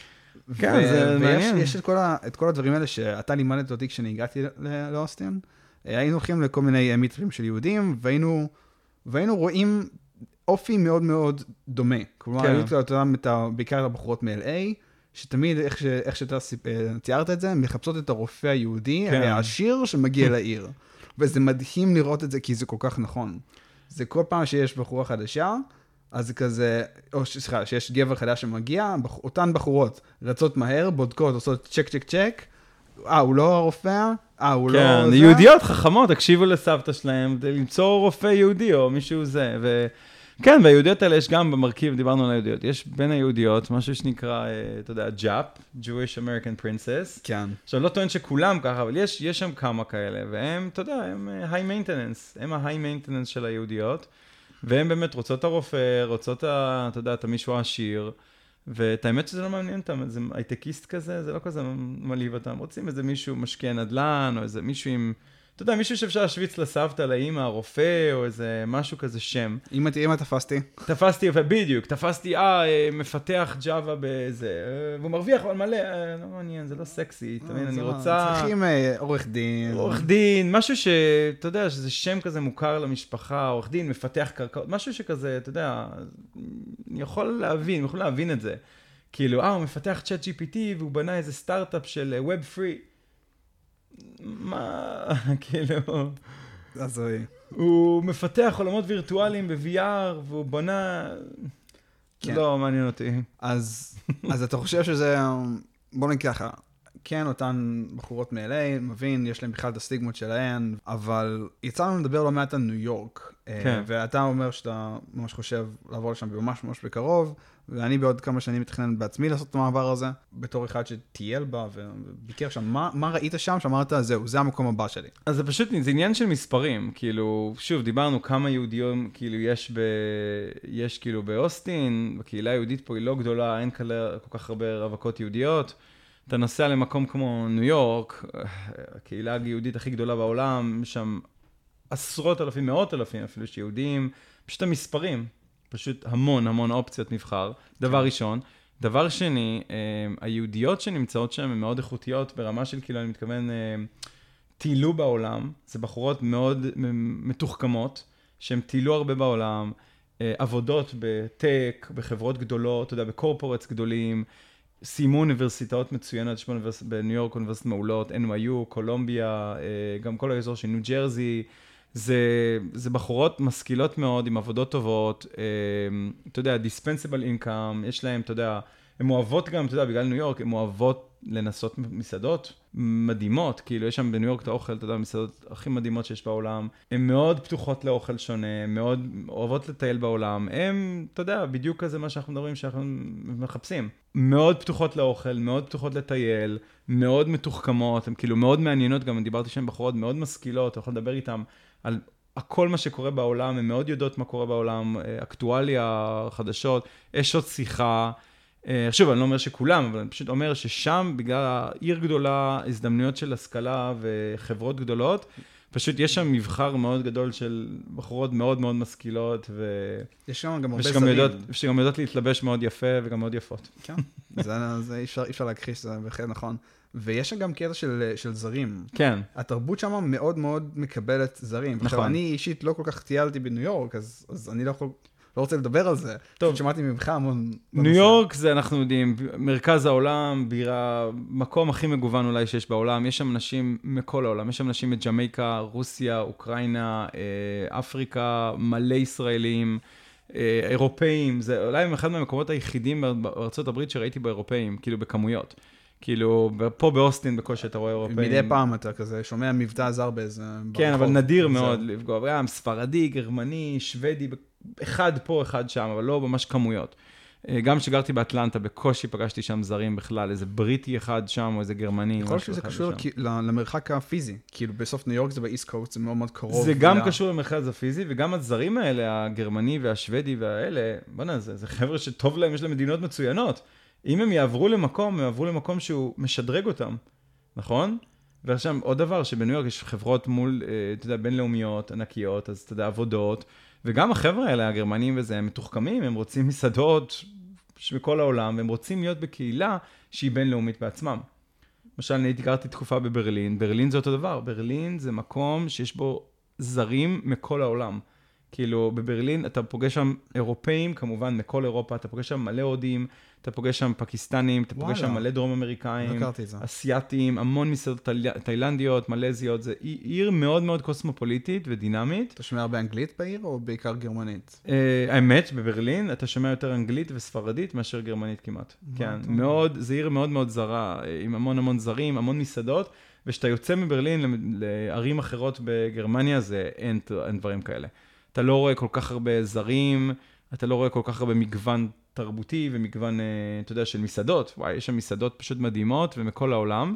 כן, זה מעניין. ויש את כל הדברים האלה שאתה לימדת אותי כשאני הגעתי לאוסטין. היינו הולכים לכל מיני מיטרים של יהודים, והיינו רואים אופי מאוד מאוד דומה. כלומר, היו בעיקר הבחורות מ-LA, שתמיד, איך שאתה ציירת את זה, מחפשות את הרופא היהודי, העשיר שמגיע לעיר. וזה מדהים לראות את זה, כי זה כל כך נכון. זה כל פעם שיש בחורה חדשה, אז זה כזה, או סליחה, שיש גבר חדש שמגיע, אותן בחורות רצות מהר, בודקות, עושות צ'ק, צ'ק, צ'ק, הוא לא הרופא, הוא לא... כן, יהודיות חכמות, הקשיבו לסבתא שלהם, למצוא רופא יהודי או מישהו זה, כן, והיהודיות האלה יש גם במרכיב, דיברנו על היהודיות, יש בין היהודיות משהו שנקרא, אתה יודע, JAP, Jewish American Princess. כן. עכשיו, לא טוען שכולם ככה, אבל יש שם כמה כאלה, והם, אתה יודע, הם high maintenance, הם ה-high maintenance של היהודיות, והם באמת רוצות את הרופא, רוצות, אתה יודע, את המישהו העשיר, ואת האמת שזה לא מעניין אותם, איזה הייטקיסט כזה, זה לא כזה מלהיב אותם, רוצים איזה מישהו משקיע נדל"ן, או איזה מישהו עם... אתה יודע, מישהו שאפשר להשוויץ לסבתא, לאמא, הרופא, או איזה משהו כזה שם. אמא תפסתי. בדיוק, תפסתי, מפתח ג'אווה באיזה, והוא מרוויח אבל מלא, לא מעניין, זה לא סקסי, תמיד אני רוצה... צריכים עורך דין. עורך דין, משהו שאתה יודע, שזה שם כזה מוכר למשפחה, עורך דין, מפתח קרקעות, משהו שכזה, אתה יודע, אני יכול להבין את זה. כאילו, הוא מפתח צ'אט GPT, והוא בנה איזה סטארט-אפ של Web Free. מה, כאילו... עזוי. הוא מפתח עולמות וירטואליים ב-VR, והוא בונה... לא, מעניין אותי. אז אתה חושב שזה... בוא נגיד ככה, כן, אותן בחורות מ-LA, מבין, יש להם בכלל את הסטיגמות שלהן, אבל יצא לנו לדבר לא מעט על ניו יורק, כן. ואתה אומר שאתה ממש חושב לעבור לשם ממש ממש בקרוב, ואני בעוד כמה שנים מתכנן בעצמי לעשות את המעבר הזה, בתור אחד שטייל בה וביקר שם. מה ראית שם שאמרת, זהו, זה המקום הבא שלי? אז זה פשוט, זה עניין של מספרים, כאילו, שוב, דיברנו כמה יהודים, כאילו, יש כאילו באוסטין, בקהילה היהודית פה היא לא גדולה, אין כל כך הרבה רווקות יהודיות, אתה נוסע למקום כמו ניו יורק, הקהילה היהודית הכי גדולה בעולם, שם עשרות אלפים, מאות אלפים אפילו שיהודים, פשוט המספרים, פשוט המון אופציות נבחר, דבר ראשון. דבר שני, היהודיות שנמצאות שם הן מאוד איכותיות ברמה של, כאילו, אני מתכוון, טיילו בעולם, זה בחורות מאוד מתוחכמות, שהן טיילו הרבה בעולם, עבודות בטק, בחברות גדולות, אתה יודע, בקורפורטס גדולים, סיימו אוניברסיטאות מצוינות, יש בניו יורק אוניברסיטת מעולות, NYU, קולומביה, גם כל האזור של ניו ג'רזי, זה בחורות משכילות מאוד, עם עבודות טובות, אתה יודע, dispensable income, יש להם, אתה יודע, הן אוהבות גם, אתה יודע, בגלל ניו יורק, הן אוהבות לנסות מסעדות מדהימות, כאילו יש שם בניו יורק את האוכל, אתה יודע, המסעדות הכי מדהימות שיש בעולם, הן מאוד פתוחות לאוכל שונה, מאוד אוהבות לטייל בעולם, הן, אתה יודע, בדיוק כזה מה שאנחנו מדברים, שאנחנו מחפשים. מאוד פתוחות לאוכל, מאוד פתוחות לטייל, מאוד מתוחכמות, הן כאילו מאוד מעניינות, גם דיברתי שם בחורות מאוד משכילות, אתה יכול לדבר איתן על הכל מה שקורה בעולם, הן מאוד יודעות מה קורה בעולם, אקטואליה, חדשות, יש עוד שיחה, שוב, אני לא אומר שכולם, אבל אני פשוט אומר ששם, בגלל העיר גדולה, הזדמנויות של השכלה וחברות גדולות, פשוט יש שם מבחר מאוד גדול של בחורות מאוד מאוד משכילות, יש שם גם הרבה שרים. שגם יודעות להתלבש מאוד יפה וגם מאוד יפות. כן, זה אי אפשר להכחיש, זה בהחלט נכון. ויש שם גם קטע של זרים. כן. התרבות שם מאוד מאוד מקבלת זרים. נכון. עכשיו, אני אישית לא כל כך טיילתי בניו יורק, אז אני לא רוצה לדבר על זה. טוב. שמעתי ממך המון. ניו יורק זה, אנחנו יודעים, מרכז העולם, בירה, מקום הכי מגוון אולי שיש בעולם. יש שם נשים מכל העולם. יש שם נשים מג'מייקה, רוסיה, אוקראינה, אפריקה, מלא ישראלים, אירופאים. זה אולי אחד מהמקומות היחידים בארצות הברית שראיתי באירופאים, כאילו בכמויות. כאילו, פה באוסטין בקושי אתה רואה אירופאים. מדי פעם אתה כזה שומע מבטא זר באיזה... כן, אבל נדיר מאוד לפגוע. גם ספרדי, גרמני, שוודי, אחד פה, אחד שם, אבל לא ממש כמויות. גם שגרתי באטלנטה, בקושי פגשתי שם זרים בכלל, איזה בריטי אחד שם, או איזה גרמני. יכול להיות שזה קשור למרחק הפיזי. כאילו, בסוף ניו יורק זה באיסט קוסט, זה מאוד מאוד קרוב. זה גם קשור למרחק הפיזי, וגם הזרים האלה, הגרמני והשוודי והאלה, בוא זה חבר'ה שטוב להם, יש להם מדינות מצוינות. אם הם יעברו למקום שהוא משדרג אותם, נכון? ועכשיו עוד דבר, שבניו יורק יש חברות מול, אתה יודע, בינלאומיות, ענקיות, אז אתה יודע, עבודות, וגם החבר'ה האלה, הגרמנים וזה, הם מתוחכמים, הם רוצים מסעדות בכל העולם, והם רוצים להיות בקהילה שהיא בינלאומית בעצמם. למשל, אני גרתי תקופה בברלין, ברלין זה אותו דבר, ברלין זה מקום שיש בו זרים מכל העולם. כאילו, בברלין אתה פוגש שם אירופאים, כמובן, מכל אירופה, אתה פוגש שם מלא הודים, אתה פוגש שם פקיסטנים, אתה פוגש שם מלא דרום אמריקאים, אסיאטים, המון מסעדות תאילנדיות, מלזיות, זה עיר מאוד מאוד קוסמופוליטית ודינמית. אתה שומע הרבה אנגלית בעיר או בעיקר גרמנית? האמת, בברלין אתה שומע יותר אנגלית וספרדית מאשר גרמנית כמעט. כן, מאוד, זה עיר מאוד מאוד זרה, עם המון זרים, המון מסעדות, ושאתה יוצא מברלין לערים אחרות בגרמניה, זה אין דברים כאלה. אתה לא רואה כל כך הרבה זרים, אתה לא רואה כל כך הרבה מגוון תרבותי ומגוון, אתה יודע, של מסעדות. וואי, יש שם מסעדות פשוט מדהימות ומכל העולם.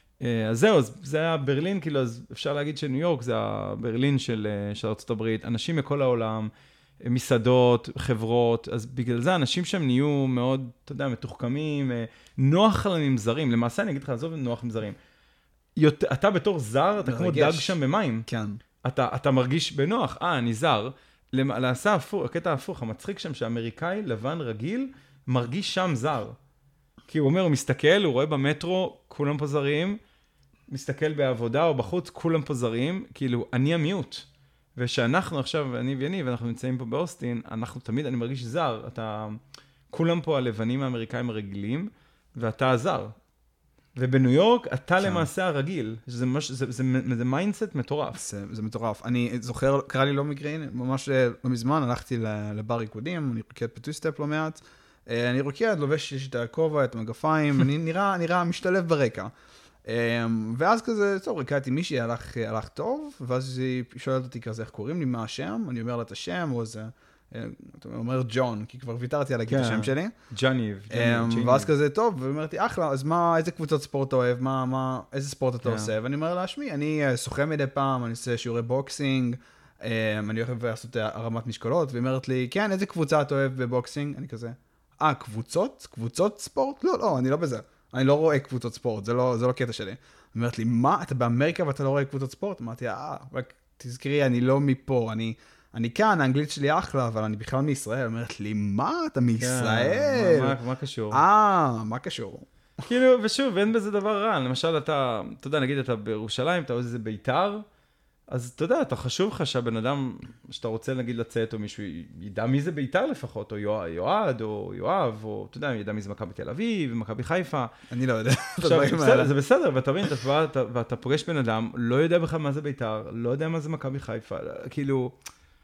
אז זהו, זה היה ברלין, כאילו, אז אפשר להגיד שניו יורק זה הברלין של ארצות הברית. אנשים מכל העולם, מסעדות, חברות, אז בגלל זה אנשים שם נהיו מאוד, אתה יודע, מתוחכמים, נוח להם עם זרים. למעשה אני אגיד לך, עזוב נוח עם זרים. אתה בתור זר, אתה כמו דג שם במים. כן. אתה מרגיש בנוח, אני זר. לעשה הפוך, הקטע הפוך, המצחיק שם שהאמריקאי לבן רגיל מרגיש שם זר. כי הוא אומר, הוא מסתכל, הוא רואה במטרו, כולם פה זרים, מסתכל בעבודה או בחוץ, כולם פה זרים, כאילו, אני המיעוט. ושאנחנו עכשיו, אני ויניב, ואנחנו נמצאים פה באוסטין, אנחנו תמיד, אני מרגיש זר. כולם פה הלבנים האמריקאים הרגילים, ואתה הזר. ובניו יורק, אתה למעשה הרגיל. זה מיינדסט מטורף. זה מטורף. אני זוכר, קרא לי לא מקרה, ממש לא מזמן, הלכתי לבר ריקודים, אני ריקד פטו-סטפ לא מעט, אני רוקד, לובש את הכובע, את המגפיים, אני נראה משתלב ברקע. ואז כזה, טוב, רקדתי מישהי, הלך טוב, ואז היא שואלת אותי כזה, איך קוראים לי, מה השם? אני אומר לה את השם, או זה, אתה אומר ג'ון, כי כבר ויתרתי על להגיד את השם שלי. ג'ניב. ואז כזה, טוב, ואומרתי, אחלה, אז איזה קבוצות ספורט אתה אוהב, איזה ספורט אתה עושה? ואני אומר לה, שמי, אני שוחה מדי פעם, אני עושה שיעורי בוקסינג, אני אוהב לעשות הרמת משקולות, והיא אומרת לי, כן, איזה קבוצה אתה אוהב בבוקסינג? אני כזה, קבוצות? קבוצות ספורט? לא, אני לא בזה. אני לא רואה קבוצות ספורט, זה לא קטע שלי. היא אומרת לי, מה, אתה באמריקה ואתה לא רואה קבוצות ספורט? אמרתי, רק תזכרי, אני לא מפה, אני כאן, האנגלית שלי אחלה, אבל אני בכלל מישראל. היא אומרת לי, מה, אתה מישראל? מה קשור? מה קשור? כאילו, ושוב, אין בזה דבר רע. למשל, אתה יודע, נגיד, אתה בירושלים, אתה עושה איזה ביתר, אז אתה יודע, אתה חשוב לך שהבן אדם, שאתה רוצה נגיד לצאת, או מישהו ידע מי זה ביתר לפחות, או יועד, או יואב, או אתה יודע, ידע מי זה מכבי תל אביב, מכבי חיפה. אני לא יודע. עכשיו, זה בסדר, ואתה מבין, ואתה פוגש בן אדם, לא יודע בכלל מה זה ביתר, לא יודע מה זה מכבי חיפה, כאילו,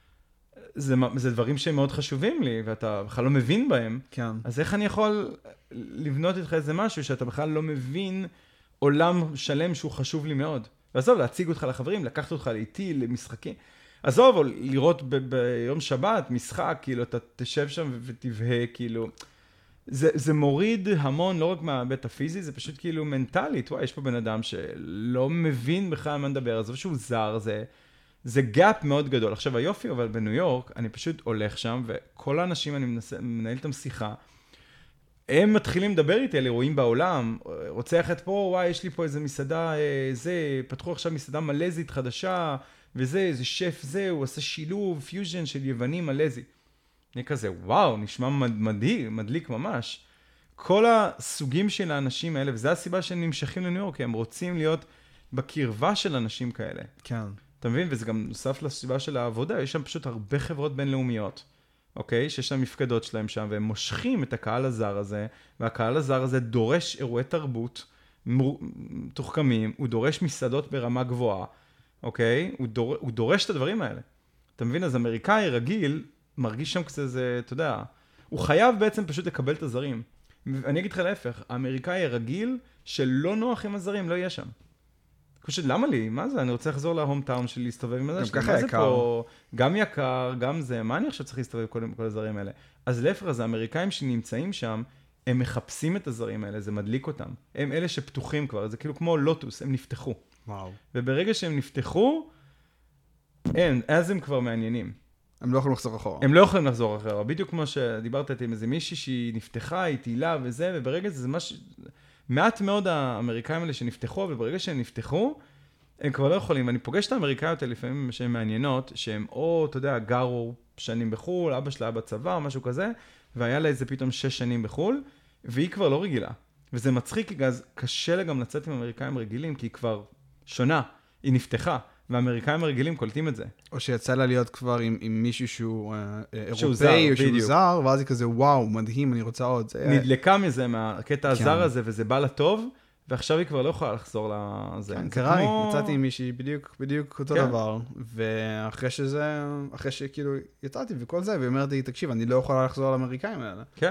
זה דברים שהם מאוד חשובים לי, ואתה בכלל לא מבין בהם. כן. אז איך אני יכול לבנות איתך איזה משהו, שאתה בכלל לא מבין עולם שלם שהוא חשוב לי מאוד? ועזוב, להציג אותך לחברים, לקחת אותך לאיתי, למשחקים. עזוב, או לראות ביום שבת, משחק, כאילו, אתה תשב שם ותבהה, כאילו. זה מוריד המון, לא רק מהבית הפיזי, זה פשוט כאילו מנטלית. וואי, יש פה בן אדם שלא מבין בכלל מה נדבר, עזוב שהוא זר, זה גאפ מאוד גדול. עכשיו, היופי, אבל בניו יורק, אני פשוט הולך שם, וכל האנשים, אני מנהל איתם שיחה, הם מתחילים לדבר איתי על אירועים בעולם, רוצה ללכת פה, וואי, יש לי פה איזה מסעדה, פתחו עכשיו מסעדה מלזית חדשה, איזה שף הוא עושה שילוב, פיוז'ן של יווני מלזי. אני כזה, וואו, נשמע מדליק ממש. כל הסוגים של האנשים האלה, וזו הסיבה שהם נמשכים לניו יורק, הם רוצים להיות בקרבה של אנשים כאלה. כן. אתה מבין? וזה גם נוסף לסיבה של העבודה, יש שם פשוט הרבה חברות בינלאומיות. אוקיי? שיש להם מפקדות שלהם שם, והם מושכים את הקהל הזר הזה, והקהל הזר הזה דורש אירועי תרבות תוחכמים, הוא דורש מסעדות ברמה גבוהה, אוקיי? הוא דורש את הדברים האלה. אתה מבין? אז אמריקאי רגיל מרגיש שם כזה, אתה יודע, הוא חייב בעצם פשוט לקבל את הזרים. אני אגיד לך להפך, האמריקאי הרגיל שלא נוח עם הזרים, לא יהיה שם. פשוט, למה לי? מה זה? אני רוצה לחזור להום טאון שלי, להסתובב עם הזה. גם ככה יקר. גם יקר, גם זה. מה אני עכשיו צריך להסתובב עם כל הזרים האלה? אז להפך, אז האמריקאים שנמצאים שם, הם מחפשים את הזרים האלה, זה מדליק אותם. הם אלה שפתוחים כבר, זה כאילו כמו לוטוס, הם נפתחו. וואו. וברגע שהם נפתחו, אז הם כבר מעניינים. הם לא יכולים לחזור אחורה. הם לא יכולים לחזור אחורה. בדיוק כמו שדיברת איתי עם איזה מישהי שהיא נפתחה, היא תהילה וזה, וברגע זה משהו... מעט מאוד האמריקאים האלה שנפתחו, אבל ברגע שהם נפתחו, הם כבר לא יכולים. אני פוגש את האמריקאיות האלה לפעמים שהן מעניינות, שהם או, אתה יודע, גרו שנים בחול, אבא שלה היה בצבא או משהו כזה, והיה לה איזה פתאום 6 שנים בחול, והיא כבר לא רגילה. וזה מצחיק, כי אז קשה לה גם לצאת עם אמריקאים רגילים, כי היא כבר שונה, היא נפתחה, והאמריקאים הרגילים קולטים את זה. או שיצא לה להיות כבר עם מישהו שהוא אירופאי, או שהוא זר, ואז היא כזה, וואו, מדהים, אני רוצה עוד. נדלקה מזה מהקטע הזר הזה, וזה בא לה טוב, ועכשיו היא כבר לא יכולה לחזור לזה. כן, קרה לי, יצאתי עם מישהי בדיוק אותו דבר, ואחרי שכאילו יצאתי וכל זה, והיא אומרת לי, תקשיב, אני לא יכולה לחזור לאמריקאים האלה. כן.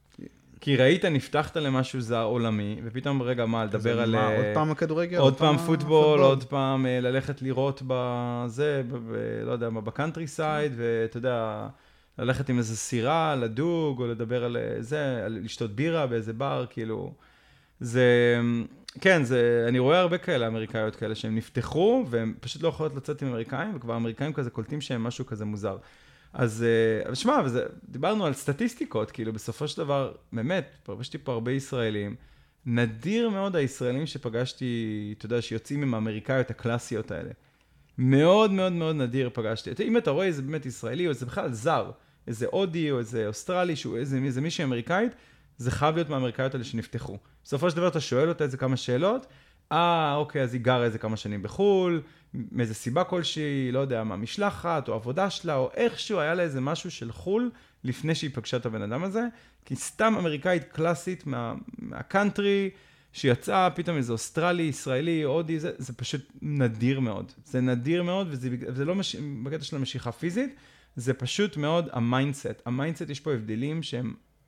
כי ראית, נפתחת למשהו זר עולמי, ופתאום רגע מה, לדבר על... עוד פעם הכדורגל? עוד פעם פוטבול, עוד פעם ללכת לראות בזה, לא יודע, בקאנטרי סייד, ואתה יודע, ללכת עם איזה סירה, לדוג, או לדבר על זה, על לשתות בירה באיזה בר, כאילו... זה... כן, אני רואה הרבה כאלה, אמריקאיות כאלה, שהם נפתחו, והם פשוט לא יכולות לצאת עם אמריקאים, וכבר אמריקאים כזה קולטים שהם משהו כזה מוזר. אז שמע, דיברנו על סטטיסטיקות, כאילו בסופו של דבר, באמת, פגשתי פה הרבה ישראלים, נדיר מאוד הישראלים שפגשתי, אתה יודע, שיוצאים עם האמריקאיות הקלאסיות האלה. מאוד מאוד מאוד נדיר פגשתי. אם אתה רואה איזה באמת ישראלי, או איזה בכלל זר, איזה הודי, או איזה אוסטרלי, שהוא איזה מישהי אמריקאית, זה חייב להיות מהאמריקאיות האלה שנפתחו. בסופו של דבר אתה שואל אותה איזה כמה שאלות, אוקיי, אז היא גרה איזה כמה שנים בחול, מאיזה סיבה כלשהי, לא יודע, מה משלחת, או עבודה שלה, או איכשהו היה לה איזה משהו של חול, לפני שהיא פגשה את הבן אדם הזה, כי סתם אמריקאית קלאסית מהקאנטרי, שיצאה פתאום איזה אוסטרלי, ישראלי, הודי, זה פשוט נדיר מאוד. זה נדיר מאוד, וזה לא בקטע של המשיכה פיזית, זה פשוט מאוד המיינדסט. המיינדסט יש פה הבדלים שהם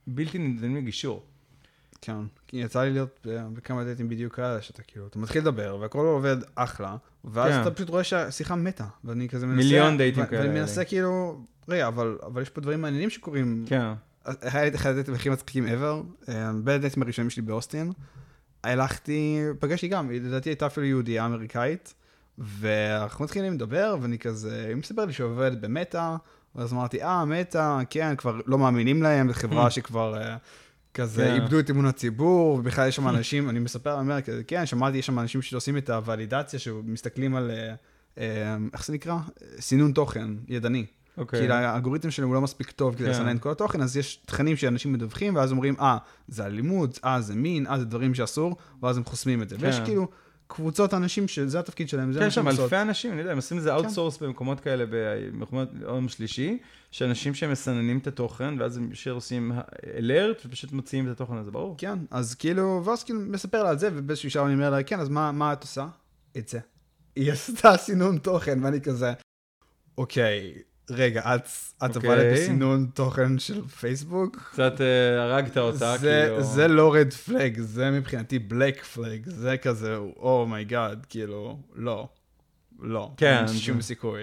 בלתי ניתנים לגישור. כן, כי יצא לי להיות בכמה דייטים בדיוק כאלה, שאתה כאילו, אתה מתחיל לדבר, והכל עובד אחלה, ואז אתה פשוט רואה שהשיחה מתה, ואני כזה מנסה... מיליון דייטים כאלה. ואני מנסה כאילו, רגע, אבל יש פה דברים מעניינים שקורים. כן. היה לי אחד הדייטים הכי מצחיקים ever, בין הדייטים הראשונים שלי באוסטין, פגשתי גם, לדעתי הייתה אפילו יהודייה אמריקאית, ואנחנו מתחילים לדבר, ואני כזה, היא מספר לי שעובדת במטה, ואז אמרתי, מטה, כן, כבר לא מאמינים להם, זו חברה שכבר כזה איבדו את אמון הציבור, ובכלל יש שם אנשים, אני מספר, אני אומר, כן, שמעתי, יש שם אנשים שעושים את הוולידציה, שמסתכלים על, איך זה נקרא? סינון תוכן, ידני. כי האלגוריתם שלנו הוא לא מספיק טוב כדי לסנן את כל התוכן, אז יש תכנים שאנשים מדווחים, ואז אומרים, זה אלימות, זה מין, זה דברים שאסור, ואז הם חוסמים את זה. ויש כאילו קבוצות אנשים שזה התפקיד שלהם. כן, שם אלפי אנשים, אני יודע, הם עושים את זה אאוטסורס במקומות כאלה, במקומות עולם שלישי, שאנשים שהם מסננים את התוכן, ואז הם עושים אלרט, ופשוט מוציאים את התוכן הזה, ברור. כן, אז כאילו, ואז כאילו מספר לה על זה, ובאיזשהו שעה אני אומר לה, כן, אז מה את עושה? את זה. היא עשתה סינון תוכן, ואני כזה, אוקיי, רגע, את עבדת בסינון תוכן של פייסבוק? קצת הרגת אותה, כאילו... זה לא רד פלג, זה מבחינתי בלק פלג, זה כזה, אומייגאד, כאילו, לא. כן. אין שום סיכוי.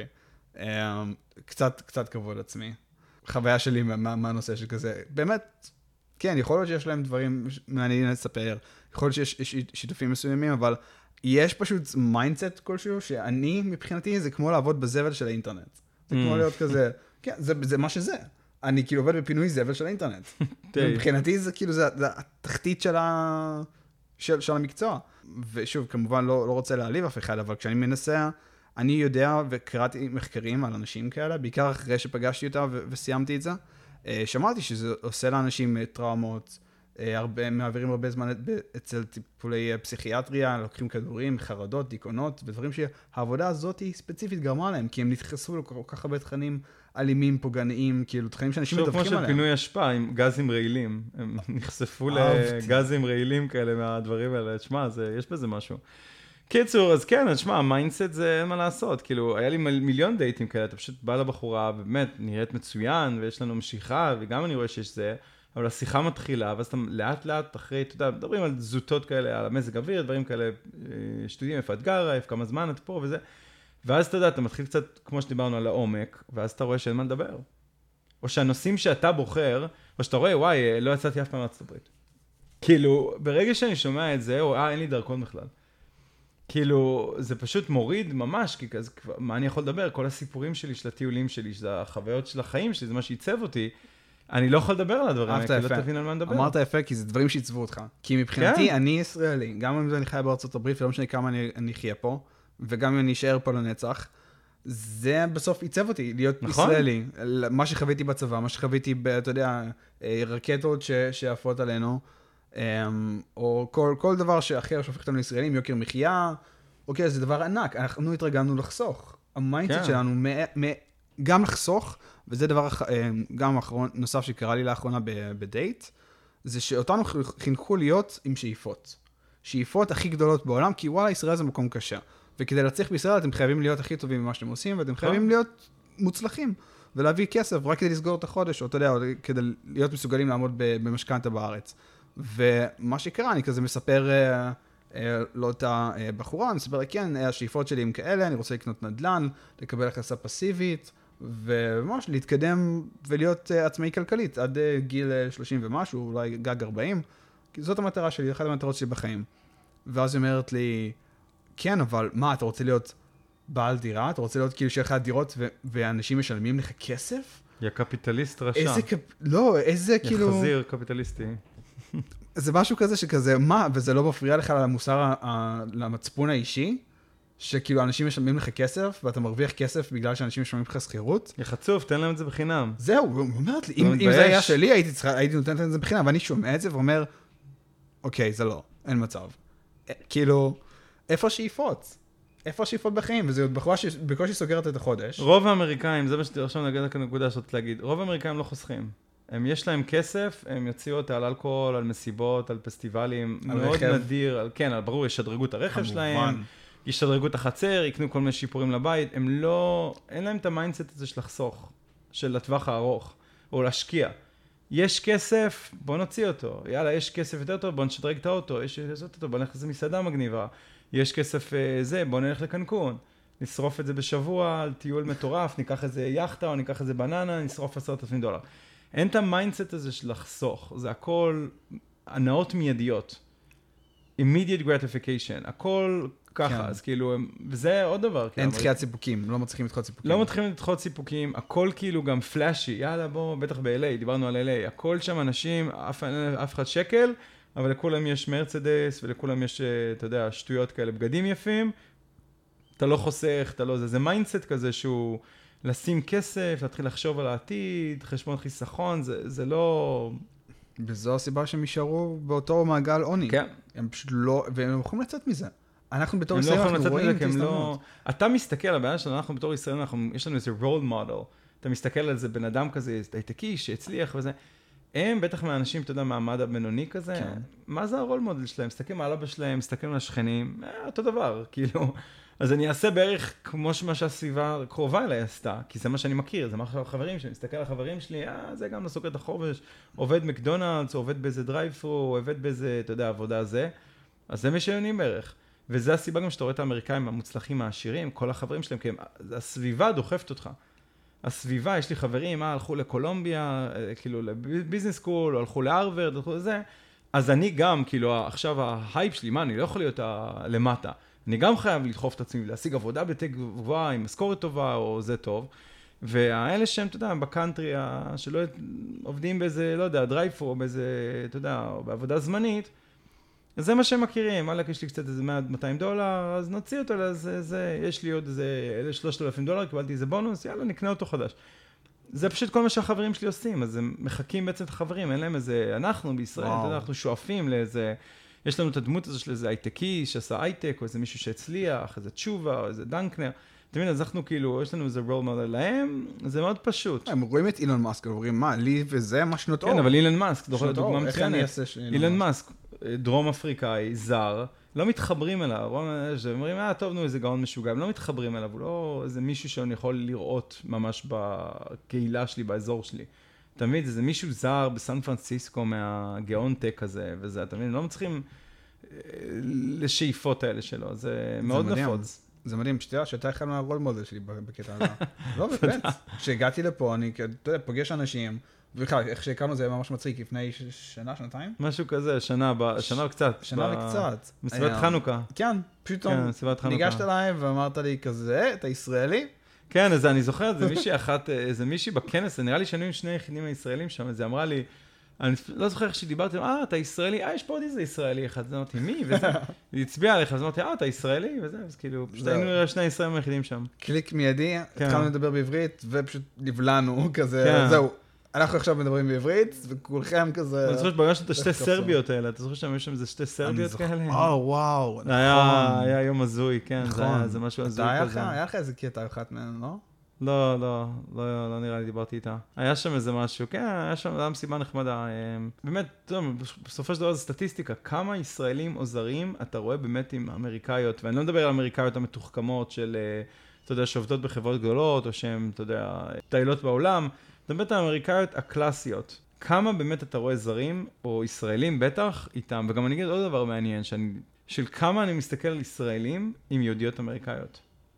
קצת כבוד עצמי. חוויה שלי מהנושא של כזה, באמת, כן, יכול להיות שיש להם דברים מעניינים לספר, יכול להיות שיש שיתופים מסוימים, אבל יש פשוט מיינדסט כלשהו, שאני, מבחינתי, זה כמו לעבוד בזבל של האינטרנט. זה כמו להיות כזה, כן, זה מה שזה. אני כאילו עובד בפינוי זבל של האינטרנט. מבחינתי זה כאילו, זה התחתית של המקצוע. ושוב, כמובן לא רוצה להעליב אף אחד, אבל כשאני מנסה, אני יודע וקראתי מחקרים על אנשים כאלה, בעיקר אחרי שפגשתי אותה וסיימתי את זה. שמעתי שזה עושה לאנשים טראומות, מעבירים הרבה זמן אצל טיפולי פסיכיאטריה, לוקחים כדורים, חרדות, דיכאונות, ודברים שהעבודה הזאת היא ספציפית גרמה להם, כי הם נתחשפו לכל כך הרבה תכנים אלימים, פוגעניים, כאילו תכנים שאנשים מדווחים עליהם. כמו של פינוי השפעה עם גזים רעילים, הם נחשפו לגזים רעילים כאלה מהדברים האלה, תשמע, יש בזה משהו. קיצור, אז כן, תשמע, המיינדסט זה אין מה לעשות, כאילו, היה לי מיליון דייטים כאלה, אתה פשוט בא לבחורה, ובאמת, נראית מצוין, ויש לנו משיכה, וגם אני רואה שיש זה, אבל השיחה מתחילה, ואז אתה לאט לאט אחרי, אתה יודע, מדברים על זוטות כאלה, על המזג אוויר, דברים כאלה, שטודים, איפה את גרה, איפה כמה זמן את פה וזה, ואז אתה יודע, אתה מתחיל קצת, כמו שדיברנו על העומק, ואז אתה רואה שאין מה לדבר. או שהנושאים שאתה בוחר, או שאתה רואה, וואי, לא יצאתי אף פעם מארצות הברית. כאילו, ברגע שאני שומע את זה, או אין לי דרכון בכלל. כאילו, זה פשוט מוריד ממש, כי כזה, מה אני יכול לדבר? כל הסיפורים שלי, של הטיולים שלי, של החוויות של החיים שלי, זה מה שעיצב אותי. אני לא יכול לדבר על הדברים האלה, כי לא תבין על מה נדבר. אמרת יפה, כי זה דברים שעיצבו אותך. כי מבחינתי, אני ישראלי, גם אם אני חי בארצות הברית, ולא משנה כמה אני אחיה פה, וגם אם אני אשאר פה לנצח, זה בסוף עיצב אותי, להיות ישראלי. מה שחוויתי בצבא, מה שחוויתי, אתה יודע, רקטות שעפות עלינו, או כל דבר שאחר שהופך אותנו לישראלים, יוקר מחיה, אוקיי, זה דבר ענק, אנחנו התרגלנו לחסוך. המיינדסט שלנו גם לחסוך, וזה דבר גם נוסף שקרה לי לאחרונה בדייט, זה שאותנו חינכו להיות עם שאיפות. שאיפות הכי גדולות בעולם, כי וואלה, ישראל זה מקום קשה. וכדי להצליח בישראל, אתם חייבים להיות הכי טובים ממה שאתם עושים, ואתם חייבים להיות מוצלחים, ולהביא כסף רק כדי לסגור את החודש, או אתה יודע, כדי להיות מסוגלים לעמוד במשכנתא בארץ. ומה שקרה, אני כזה מספר לא את הבחורה, אני מספר, כן, השאיפות שלי הם כאלה, אני רוצה לקנות נדל"ן, לקבל הכנסה פסיבית, וממש להתקדם ולהיות עצמאי כלכלית, עד גיל 30 ומשהו, אולי גג 40, כי זאת המטרה שלי, אחת המטרות שלי בחיים. ואז היא אומרת לי, כן, אבל מה, אתה רוצה להיות בעל דירה? אתה רוצה להיות כאילו שיהיה לך דירות ואנשים משלמים לך כסף? יא קפיטליסט רשע. לא, איזה כאילו... יא חזיר קפיטליסטי. זה משהו כזה שכזה, מה, וזה לא מפריע לך למוסר, למצפון האישי, שכאילו אנשים משלמים לך כסף, ואתה מרוויח כסף בגלל שאנשים משלמים לך שכירות. יא חצוף, תן להם את זה בחינם. זהו, הוא אומרת לי, אם זה היה שלי, הייתי נותנת את זה בחינם, ואני שומע את זה ואומר, אוקיי, זה לא, אין מצב. כאילו, איפה השאיפות? איפה השאיפות בחיים? וזה בחורה שבקושי סוגרת את החודש. רוב האמריקאים, זה מה שעכשיו נגיד את הנקודה שאת להגיד, רוב האמריקאים לא חוסכים. יש להם כסף, הם יוציאו אותה על אלכוהול, על מסיבות, על פסטיבלים, מאוד נדיר, כן, ברור, ישדרגו את הרכב שלהם, ישדרגו את החצר, יקנו כל מיני שיפורים לבית, הם לא, אין להם את המיינדסט הזה של לחסוך, של לטווח הארוך, או להשקיע. יש כסף, בוא נוציא אותו. יאללה, יש כסף יותר טוב, בוא נשדרג את האוטו. יש כסף יותר טוב, בוא נלך לזה מסעדה מגניבה. יש כסף זה, בוא נלך לקנקון. נשרוף את זה בשבוע על טיול מטורף, ניקח איזה יחטה או ניקח איזה בננה, נשרוף $10,000. אין את המיינדסט הזה של לחסוך. זה הכל הנאות מיידיות. immediate gratification. הכל ככה, אז כאילו, וזה עוד דבר. אין דחיית סיפוקים, לא מצליחים לדחות סיפוקים. לא מצליחים לדחות סיפוקים, הכל כאילו גם פלאשי, יאללה בוא, בטח ב-LA, דיברנו על LA, הכל שם אנשים, אף אחד שקל, אבל לכולם יש מרצדס, ולכולם יש, אתה יודע, שטויות כאלה, בגדים יפים, אתה לא חוסך, אתה לא, זה מיינדסט כזה שהוא לשים כסף, להתחיל לחשוב על העתיד, חשבון חיסכון, זה לא... וזו הסיבה שהם יישארו באותו מעגל עוני. כן. הם פשוט לא, והם יכולים לצאת מזה. אנחנו בתור ישראלים, אנחנו רואים את ההסתמנות. אתה מסתכל על הבעיה שלנו, אנחנו בתור ישראלים, יש לנו איזה role model. אתה מסתכל על זה בן אדם כזה, הייטקי, שהצליח וזה. הם בטח מהאנשים, אתה יודע, מהמעמד הבינוני כזה. כן. מה זה הרול מודל שלהם? מסתכלים על אבא שלהם, מסתכלים על השכנים, אותו דבר, כאילו. אז אני אעשה בערך כמו מה שהסביבה קרובה אליי עשתה, כי זה מה שאני מכיר, זה מה החברים שלי, מסתכל על החברים שלי, זה גם לסוגר את החובש, עובד מקדונלדס, עובד באיזה דרייב-פרו, עובד באיזה, אתה יודע, עבודה זה. אז זה משעונים בערך. וזה הסיבה גם שאתה רואה את האמריקאים המוצלחים העשירים, כל החברים שלהם, כי הסביבה דוחפת אותך. הסביבה, יש לי חברים, הלכו לקולומביה, כאילו לביזנס סקול, או הלכו להרווארד, הלכו לזה. אז אני גם, כאילו, עכשיו ההייפ שלי, מה, אני לא יכול להיות למטה. אני גם חייב לדחוף את עצמי, להשיג עבודה בטק גבוהה, עם משכורת טובה, או זה טוב. והאלה שהם, אתה יודע, בקאנטרי, שלא עובדים באיזה, לא יודע, דרייפור, או באיזה, אתה יודע, או בעבודה זמנית, אז זה מה שהם מכירים, וואלק, יש לי קצת איזה $100-200, אז נוציא אותו לזה, יש לי עוד איזה $3,000, קיבלתי איזה בונוס, יאללה, נקנה אותו חדש. זה פשוט כל מה שהחברים שלי עושים, אז הם מחכים בעצם את החברים, אין להם איזה, אנחנו בישראל, אתה יודע, אנחנו שואפים לאיזה, יש לנו את הדמות הזו של איזה הייטקי, שעשה הייטק, או איזה מישהו שהצליח, איזה תשובה, או איזה דנקנר, אתה מבין, אז אנחנו כאילו, יש לנו איזה רול מודל להם, זה מאוד פשוט. הם רואים את אילון מאסק, אומרים, מה, לי וזה, מה שנות אור? כן, אבל אילון מאסק, דוגמה מצוינת. אילון מאסק, דרום אפריקאי, זר, לא מתחברים אליו, אומרים, טוב, נו, איזה גאון משוגע, הם לא מתחברים אליו, הוא לא איזה מישהו שאני יכול לראות ממש בקהילה שלי, באזור שלי. אתה מבין, זה מישהו זר בסן פרנסיסקו מהגאון טק הזה, וזה, אתה מבין, לא מצליחים לשאיפות האלה שלו, זה מאוד נפוץ. זה מדהים, שתראה, שאתה אחד מהרול מודל שלי בקטע הזה. לא, באמת, כשהגעתי לפה, אני, אתה יודע, פוגש אנשים, ובכלל, איך שהכרנו זה ממש מצחיק, לפני שנה, שנתיים? משהו כזה, שנה וקצת. שנה וקצת. מסביבת חנוכה. כן, פשוט ניגשת אליי ואמרת לי כזה, אתה ישראלי? כן, אז אני זוכר, זה מישהי בכנס, נראה לי שהיינו שני יחידים הישראלים שם, אז היא אמרה לי, אני לא זוכר איך שדיברתי, אתה ישראלי? יש פה עוד איזה ישראלי אחד, אז אמרתי, מי? וזה, היא הצביעה עליך, אז אמרתי, אתה ישראלי? וזה, אז כאילו, פשוט היינו שני ישראלים היחידים שם. קליק מיידי, התחלנו לדבר בעברית, ופשוט נבלענו כזה, זהו. אנחנו עכשיו מדברים בעברית, וכולכם כזה... אני זוכר שבאמת את השתי סרביות האלה, אתה זוכר שם יש שם איזה שתי סרביות כאלה? וואו, נכון. היה יום הזוי, כן, זה משהו הזוי כזה. היה לך איזה קטע אחת מהן, לא? לא נראה לי דיברתי איתה. היה שם איזה משהו, כן, היה שם מסיבה נחמדה. באמת, בסופו של דבר זה סטטיסטיקה, כמה ישראלים או זרים אתה רואה באמת עם אמריקאיות, ואני לא מדבר על אמריקאיות המתוחכמות של, אתה יודע, שעובדות בחברות גדולות, או שהן, אתה יודע, טיילות בעולם, אתה מדבר על האמריקאיות הקלאסיות. כמה באמת אתה רואה זרים, או ישראלים בטח, איתם, וגם אני אגיד עוד דבר מעניין, של כמה אני מסתכל על ישראלים עם יהודיות אמריקאיות.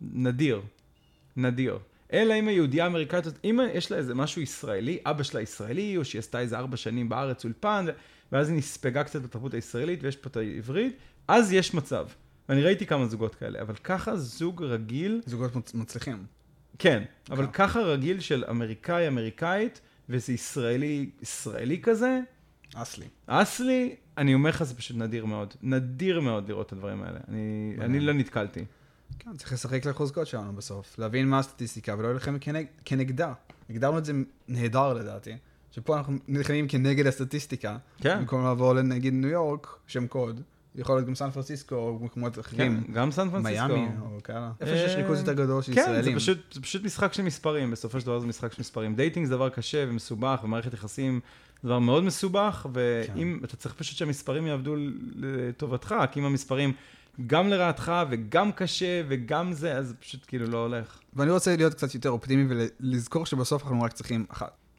נדיר. אלא אם היהודיה האמריקאית, אם יש לה איזה משהו ישראלי, אבא שלה ישראלי, או שהיא עשתה איזה 4 שנים בארץ אולפן, ואז היא נספגה קצת בתרבות הישראלית, ויש פה את העברית, אז יש מצב. ואני ראיתי כמה זוגות כאלה, אבל ככה זוג רגיל... זוגות מצליחים. כן, אבל ככה רגיל של אמריקאית, וזה ישראלי כזה. אסלי, אני אומר לך, זה פשוט נדיר מאוד לראות את הדברים האלה. אני לא נתקלתי. כן, צריך לשחק לחוזקות שלנו בסוף, להבין מה הסטטיסטיקה ולא להילחם כנגדה. הגדרנו את זה נהדר לדעתי, שפה אנחנו נלחמים כנגד הסטטיסטיקה, במקום לעבור לנגיד ניו יורק, שם קוד, יכול להיות גם סן פרנסיסקו או מקומות אחרים. כן, גם סן פרנסיסקו. מיאמי או כאלה. איפה שיש ריכוז יותר גדול של ישראלים. כן, זה פשוט משחק של מספרים, בסופו של דבר זה משחק של מספרים. דייטינג זה דבר קשה ומסובך, ומערכת יחסים זה דבר מאוד מסובך, ואם אתה צריך פשוט שהמספרים יעבדו לטובתך, כי אם המספרים גם לרעתך וגם קשה וגם זה, אז פשוט כאילו לא הולך. ואני רוצה להיות קצת יותר אופטימי ולזכור שבסוף אנחנו רק צריכים אחת.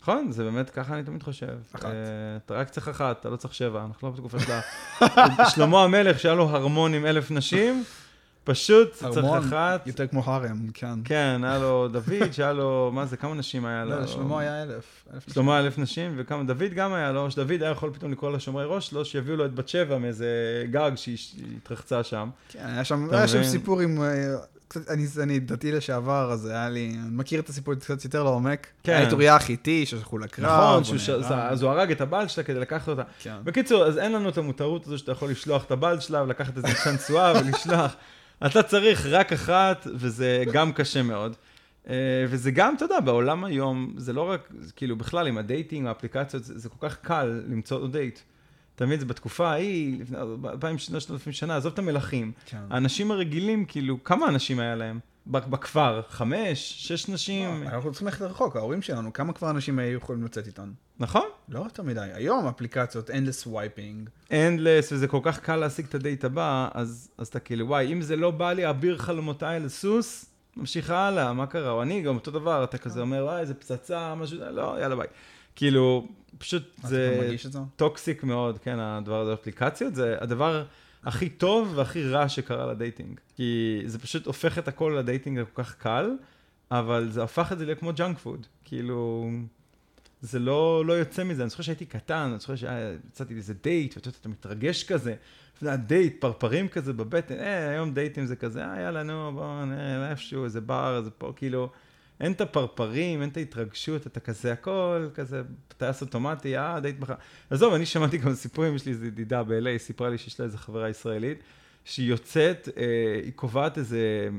נכון, זה באמת ככה אני תמיד חושב. אחת. אתה רק צריך אחת, אתה לא צריך 7, אנחנו לא בתקופה שלה. שלמה המלך שהיה לו הרמון עם 1,000 נשים, פשוט צריך אחת. יותר כמו הרם, כן. כן, היה לו דוד, שהיה לו, מה זה, כמה נשים היה לו? לא, שלמה היה 1,000. שלמה היה 1,000 נשים, וכמה, דוד גם היה לו, שדוד היה יכול פתאום לקרוא לשומרי ראש שלו, שיביאו לו את בת שבע מאיזה גג שהתרחצה שם. כן, היה שם סיפור עם, אני דתי לשעבר, אז היה לי, אני מכיר את הסיפור קצת יותר לעומק. היה לי תוריה החיתי, ששלחו לקרב. נכון, אז הוא הרג את הבעל שלה כדי לקחת אותה. בקיצור, אז אין לנו את המותרות הזו שאתה יכול לשלוח את הבעל שלה, ולקחת איזה צ'אנסואה ולשלוח. אתה צריך רק אחת, וזה גם קשה מאוד. וזה גם, אתה יודע, בעולם היום, זה לא רק, כאילו בכלל עם הדייטינג, האפליקציות, זה כל כך קל למצוא עוד דייט. תמיד זה בתקופה ההיא, לפני 2,000 שנה, עזוב את המלכים. האנשים הרגילים, כאילו, כמה אנשים היה להם? בכפר, 5, 6 נשים. אנחנו צריכים ללכת רחוק, ההורים שלנו, כמה כבר אנשים היו יכולים לצאת איתן? נכון? לא יותר מדי. היום אפליקציות, endless swiping. endless, וזה כל כך קל להשיג את הדייט הבא, אז אתה כאילו, וואי, אם זה לא בא לי, אביר חלומותיי לסוס, ממשיכה הלאה, מה קרה? או אני גם אותו דבר, אתה כזה אומר, וואי, זה פצצה, משהו, לא, יאללה ביי. כאילו, פשוט זה טוקסיק מאוד, כן, הדבר הזה, אפליקציות, זה הדבר הכי טוב והכי רע שקרה לדייטינג. כי זה פשוט הופך את הכל לדייטינג כל כך קל, אבל זה הפך את זה כמו ג'אנק פוד. כאילו, זה לא יוצא מזה. אני זוכר שהייתי קטן, אני זוכר שיצאתי לאיזה דייט, ואתה מתרגש כזה, דייט, פרפרים כזה בבטן, היום דייטים זה כזה, יאללה, נו, בוא נראה, איפשהו, איזה בר, איזה פה, כאילו, אין את הפרפרים, אין את ההתרגשות, אתה כזה הכל, כזה טייס אוטומטי, דייט מחר. עזוב, אני שמעתי גם סיפורים, יש לי איזו ידידה ב-LA, היא סיפרה לי שיש לה איזו חברה ישראלית, שהיא יוצאת, היא קובעת איזה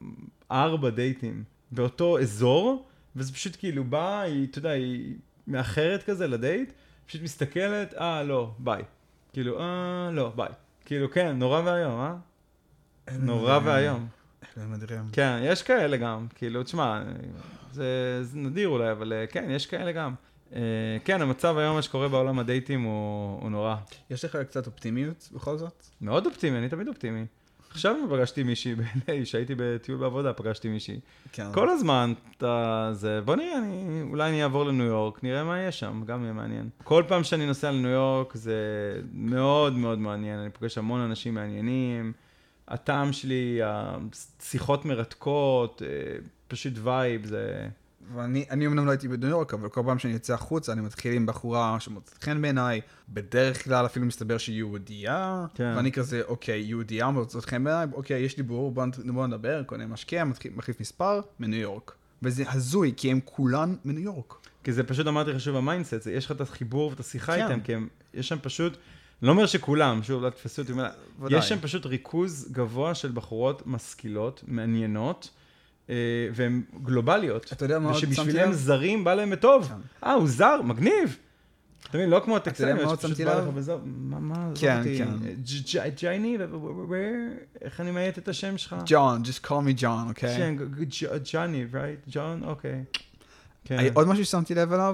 4 דייטים באותו אזור, וזה פשוט כאילו בא, היא, אתה יודע, היא מאחרת כזה לדייט, פשוט מסתכלת, לא, ביי. כאילו, לא, ביי. כאילו, כן, נורא והיום, נורא והיום. כן, יש כאלה גם, כאילו, תשמע, זה נדיר אולי, אבל כן, יש כאלה גם. כן, המצב היום, מה שקורה בעולם הדייטים הוא נורא. יש לך קצת אופטימיות בכל זאת? מאוד אופטימי, אני תמיד אופטימי. עכשיו פגשתי מישהי ב-LA, שהייתי בטיול בעבודה, פגשתי מישהי. כל הזמן, בוא נראה, אולי אני אעבור לניו יורק, נראה מה יהיה שם, גם יהיה מעניין. כל פעם שאני נוסע לניו יורק, זה מאוד מאוד מעניין, אני פוגש המון אנשים מעניינים, הטעם שלי, השיחות מרתקות, פשוט וייב, זה... ואני אמנם לא הייתי בניו יורק, אבל כל פעם שאני יוצא החוצה, אני מתחיל עם בחורה שמוצאת חן בעיניי, בדרך כלל אפילו מסתבר שהיא יהודייה, ואני כזה, אוקיי, יהודייה מוצאת חן בעיניי, אוקיי, יש לי בור, בוא נדבר, קונה משקיע, מחליף מספר, מניו יורק. וזה הזוי, כי הם כולן מניו יורק. כי זה פשוט אמרתי חשוב המיינדסט, יש לך את החיבור ואת השיחה איתם, כי יש שם פשוט, אני לא אומר שכולם, שוב, לא תפסו אותי, יש שם פשוט ריכוז גבוה של בחורות משכילות, מעניינות, והן גלובליות. אתה יודע מה עוד שמתי לב? ושבשבילם זרים בא להם בטוב. הוא זר, מגניב. אתה מבין, לא כמו הטקסנים, שפשוט בא לך בזר. מה? כן, כן. ג'ייני, איך אני מעט את השם שלך? ג'ון, just call me John, אוקיי? ג'וני, right? ג'ון, אוקיי. עוד משהו ששמתי לב אליו,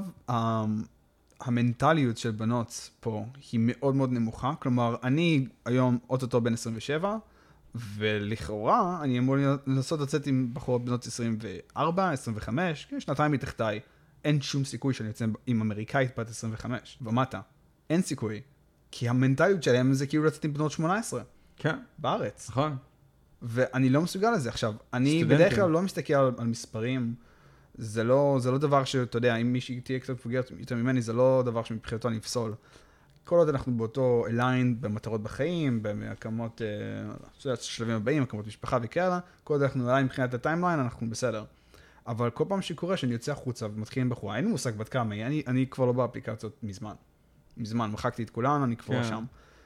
המנטליות של בנות פה היא מאוד מאוד נמוכה. כלומר, אני היום אוטוטו בן 27, ולכאורה אני אמור לנסות לצאת עם בחורות בנות 24, 25, שנתיים מתחתיי. אין שום סיכוי שאני יוצא עם אמריקאית בת 25 ומטה. אין סיכוי. כי המנטליות שלהם זה כאילו לצאת עם בנות 18. כן. בארץ. נכון. ואני לא מסוגל לזה. עכשיו, אני בדרך כלל לא מסתכל על מספרים. זה לא דבר שאתה יודע, אם מישהי תהיה קצת פוגרת יותר ממני, זה לא דבר שמבחינתו אני אפסול. כל עוד אנחנו באותו אליין, במטרות בחיים, בהקמות, שלבים הבאים, הקמות משפחה וכאלה, כל עוד אנחנו אליין מבחינת הטיימליין, אנחנו בסדר. אבל כל פעם שקורה שאני יוצא החוצה ומתחילים בחורה, אין לי מושג בת כמה, אני כבר לא באפליקציות מזמן, מחקתי את כולן, אני כבר שם.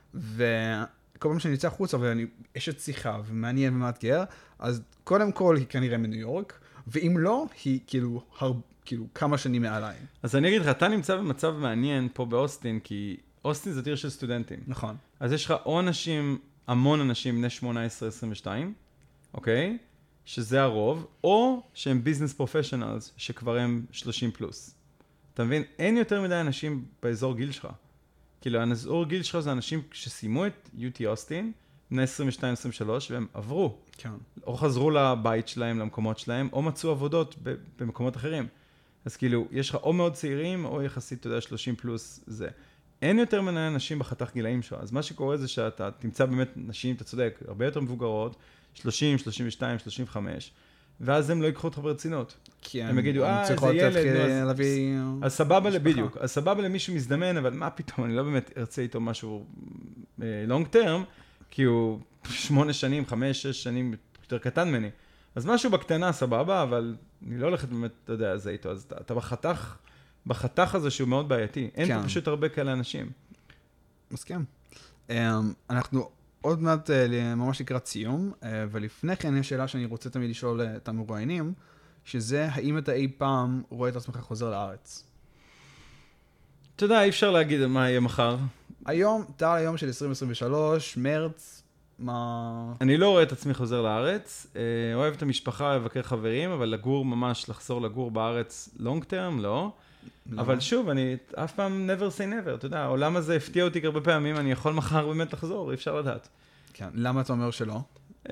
וכל פעם שאני יוצא החוצה ויש את שיחה ומעניין ומאתגר, אז קודם כל היא כנראה מניו יורק, ואם לא, היא כאילו כמה שנים מעליי. אז אני אגיד לך, אתה נמצא במצב מעניין פה באוסטין, כי אוסטין זה עיר של סטודנטים. נכון. אז יש לך או אנשים, המון אנשים בני 18-22, אוקיי? שזה הרוב, או שהם ביזנס פרופשיונלס, שכבר הם 30 פלוס. אתה מבין? אין יותר מדי אנשים באזור גיל שלך. כאילו, האזור גיל שלך זה אנשים שסיימו את UT אוסטין, בני 22-23, והם עברו. כן. או חזרו לבית שלהם, למקומות שלהם, או מצאו עבודות במקומות אחרים. אז כאילו, יש לך או מאוד צעירים, או יחסית, אתה יודע, 30 פלוס זה. אין יותר מנהל אנשים בחתך גילאים שלו, אז מה שקורה זה שאתה תמצא באמת נשים, אתה צודק, הרבה יותר מבוגרות, 30, 32, 35, ואז הם לא ייקחו אותך ברצינות. כן, הם יגידו, זה ילד, אז סבבה בדיוק, אז סבבה למישהו מזדמן, אבל מה פתאום, אני לא באמת ארצה איתו משהו long term, כי הוא 8 שנים, 5, 6 שנים יותר קטן ממני. אז משהו בקטנה סבבה, אבל אני לא הולכת באמת, אתה יודע, זה איתו, אז אתה בחתך הזה שהוא מאוד בעייתי. אין פה פשוט הרבה כאלה אנשים. מסכים. אנחנו עוד מעט ממש לקראת סיום, ולפני כן יש שאלה שאני רוצה תמיד לשאול את המרואיינים, שזה האם אתה אי פעם רואה את עצמך חוזר לארץ? אתה יודע, אי אפשר להגיד מה יהיה מחר. היום, היום של 2023, מרץ, מה... אני לא רואה את עצמי חוזר לארץ, אוהב את המשפחה, לבקר חברים, אבל לגור ממש, לחזור לגור בארץ long term, לא. אבל שוב, אני אף פעם never say never, אתה יודע, העולם הזה הפתיע אותי הרבה פעמים, אני יכול מחר באמת לחזור, אי אפשר לדעת. כן, למה אתה אומר שלא?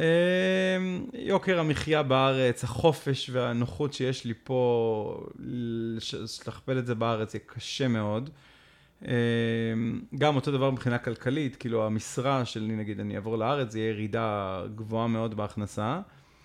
יוקר המחיה בארץ, החופש והנוחות שיש לי פה, להכפל את זה בארץ, זה קשה מאוד. גם אותו דבר מבחינה כלכלית, כאילו המשרה שלי, נגיד, אני אעבור לארץ, זה יהיה ירידה גבוהה מאוד בהכנסה.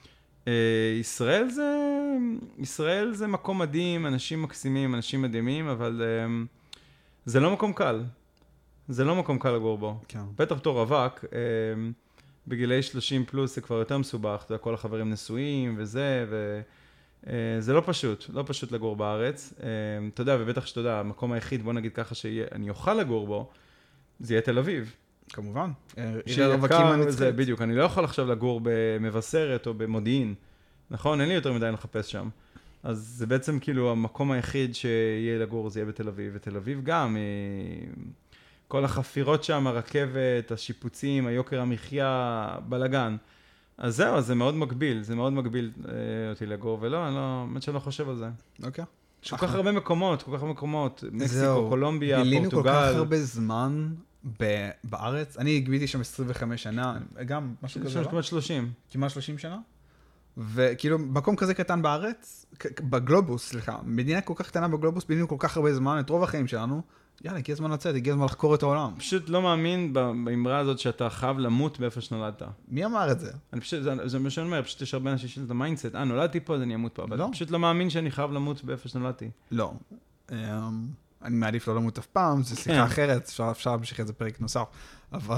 ישראל זה מקום מדהים, אנשים מקסימים, אנשים מדהימים, אבל זה לא מקום קל. זה לא מקום קל לגור בו. כן. בטח בתור רווק, בגילי 30 פלוס זה כבר יותר מסובך, כל החברים נשואים וזה, זה לא פשוט, לא פשוט לגור בארץ. אתה יודע, ובטח שאתה יודע, המקום היחיד, בוא נגיד ככה שאני אוכל לגור בו, זה יהיה תל אביב. כמובן. זה בדיוק, אני לא יכול עכשיו לגור במבשרת או במודיעין, נכון? אין לי יותר מדי לחפש שם. אז זה בעצם כאילו המקום היחיד שיהיה לגור, זה יהיה בתל אביב. ותל אביב גם, כל החפירות שם, הרכבת, השיפוצים, היוקר המחיה, בלגן. אז זהו, זה מאוד מגביל, זה מאוד מגביל אותי לגור, ולא, אני לא, באמת שאני לא חושב על זה. אוקיי. יש כל כך הרבה מקומות, מקסיקו, קולומביה, פורטוגל. בילינו כל כך הרבה זמן בארץ, אני גביתי שם 25 שנה, גם משהו כזה, לא? כמעט 30. כמעט 30 שנה? וכאילו, מקום כזה קטן בארץ, בגלובוס, סליחה, מדינה כל כך קטנה בגלובוס, בילינו כל כך הרבה זמן, את רוב החיים שלנו, יאללה, הגיע הזמן לצאת, הגיע הזמן לחקור את העולם. פשוט לא מאמין באמרה הזאת שאתה חייב למות באיפה שנולדת. מי אמר את זה? אני פשוט, זה מה שאני אומר, פשוט יש הרבה אנשים שיש את המיינדסט, נולדתי פה, אז אני אמות פה, אבל אני פשוט לא מאמין שאני חייב למות באיפה שנולדתי. לא. אני מעדיף לא למות אף פעם, זו שיחה אחרת, אפשר להמשיך את זה פרק נוסף, אבל...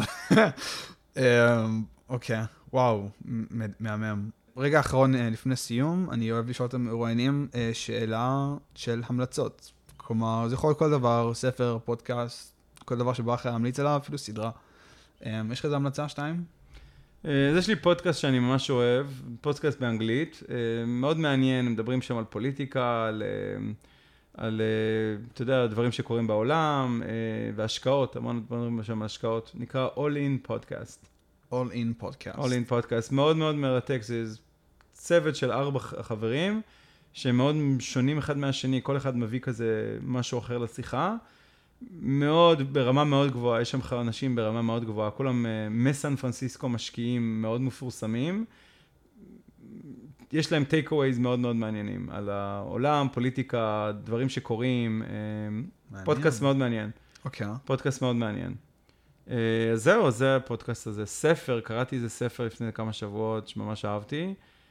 אוקיי, וואו, מהמם. רגע אחרון לפני סיום, אני אוהב לשאול את המרואיינים שאלה של המלצות. כלומר, זה יכול להיות כל דבר, ספר, פודקאסט, כל דבר שבא אחרי להמליץ עליו, אפילו סדרה. יש לך איזה המלצה, 2? יש לי פודקאסט שאני ממש אוהב, פודקאסט באנגלית, מאוד מעניין, מדברים שם על פוליטיקה, על אתה יודע, דברים שקורים בעולם, והשקעות, המון דברים שם על השקעות, נקרא All In Podcast. All In Podcast. All In Podcast, מאוד מאוד מרתק, זה צוות של 4 חברים, שהם מאוד שונים אחד מהשני, כל אחד מביא כזה משהו אחר לשיחה, מאוד, ברמה מאוד גבוהה, יש שם אנשים ברמה מאוד גבוהה, כולם מסן פרנסיסקו משקיעים מאוד מפורסמים, יש להם take-aways מאוד מאוד מעניינים, על העולם, פוליטיקה, דברים שקורים, פודקאסט מאוד מעניין. אוקיי. פודקאסט מאוד מעניין. אז זהו, זה הפודקאסט הזה. ספר, קראתי איזה ספר לפני כמה שבועות שממש אהבתי.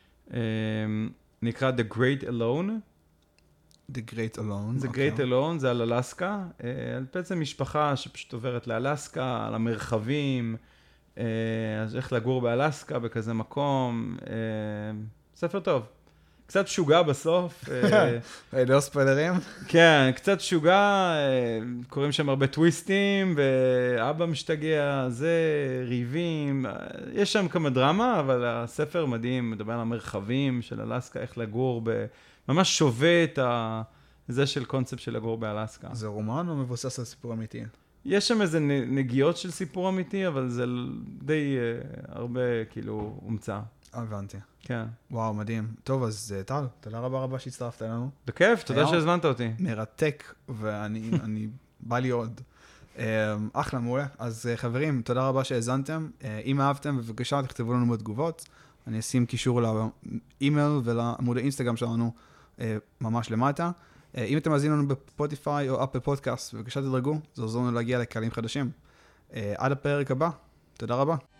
נקרא The Great Alone. The Great Alone. The Great Alone, זה על אלסקה. על בעצם משפחה שפשוט עוברת לאלסקה, על המרחבים, אז איך לגור באלסקה בכזה מקום. ספר טוב. קצת שוגע בסוף. לא ספוילרים? כן, קצת שוגע, קוראים שם הרבה טוויסטים, ואבא משתגע, זה, ריבים, יש שם כמה דרמה, אבל הספר מדהים, מדבר על המרחבים של אלסקה, איך לגור, ממש שווה את זה של קונספט של לגור באלסקה. זה רומן או מבוסס על סיפור אמיתי? יש שם איזה נגיעות של סיפור אמיתי, אבל זה די הרבה כאילו הומצא. הבנתי. כן. וואו, מדהים. טוב, אז טל, תודה רבה שהצטרפת אלינו. בכיף, תודה שהזמנת אותי. מרתק, ואני בא לי עוד. אחלה, מעולה. אז חברים, תודה רבה שהאזנתם. אם אהבתם, בבקשה, תכתבו לנו בתגובות. אני אשים קישור לאימייל ולעמוד האינסטגרם שלנו ממש למטה. אם אתם מאזינים לנו בפוטיפיי או אפל פודקאסט, בבקשה תדרגו, זה עוזר לנו להגיע לקהלים חדשים. עד הפרק הבא, תודה רבה.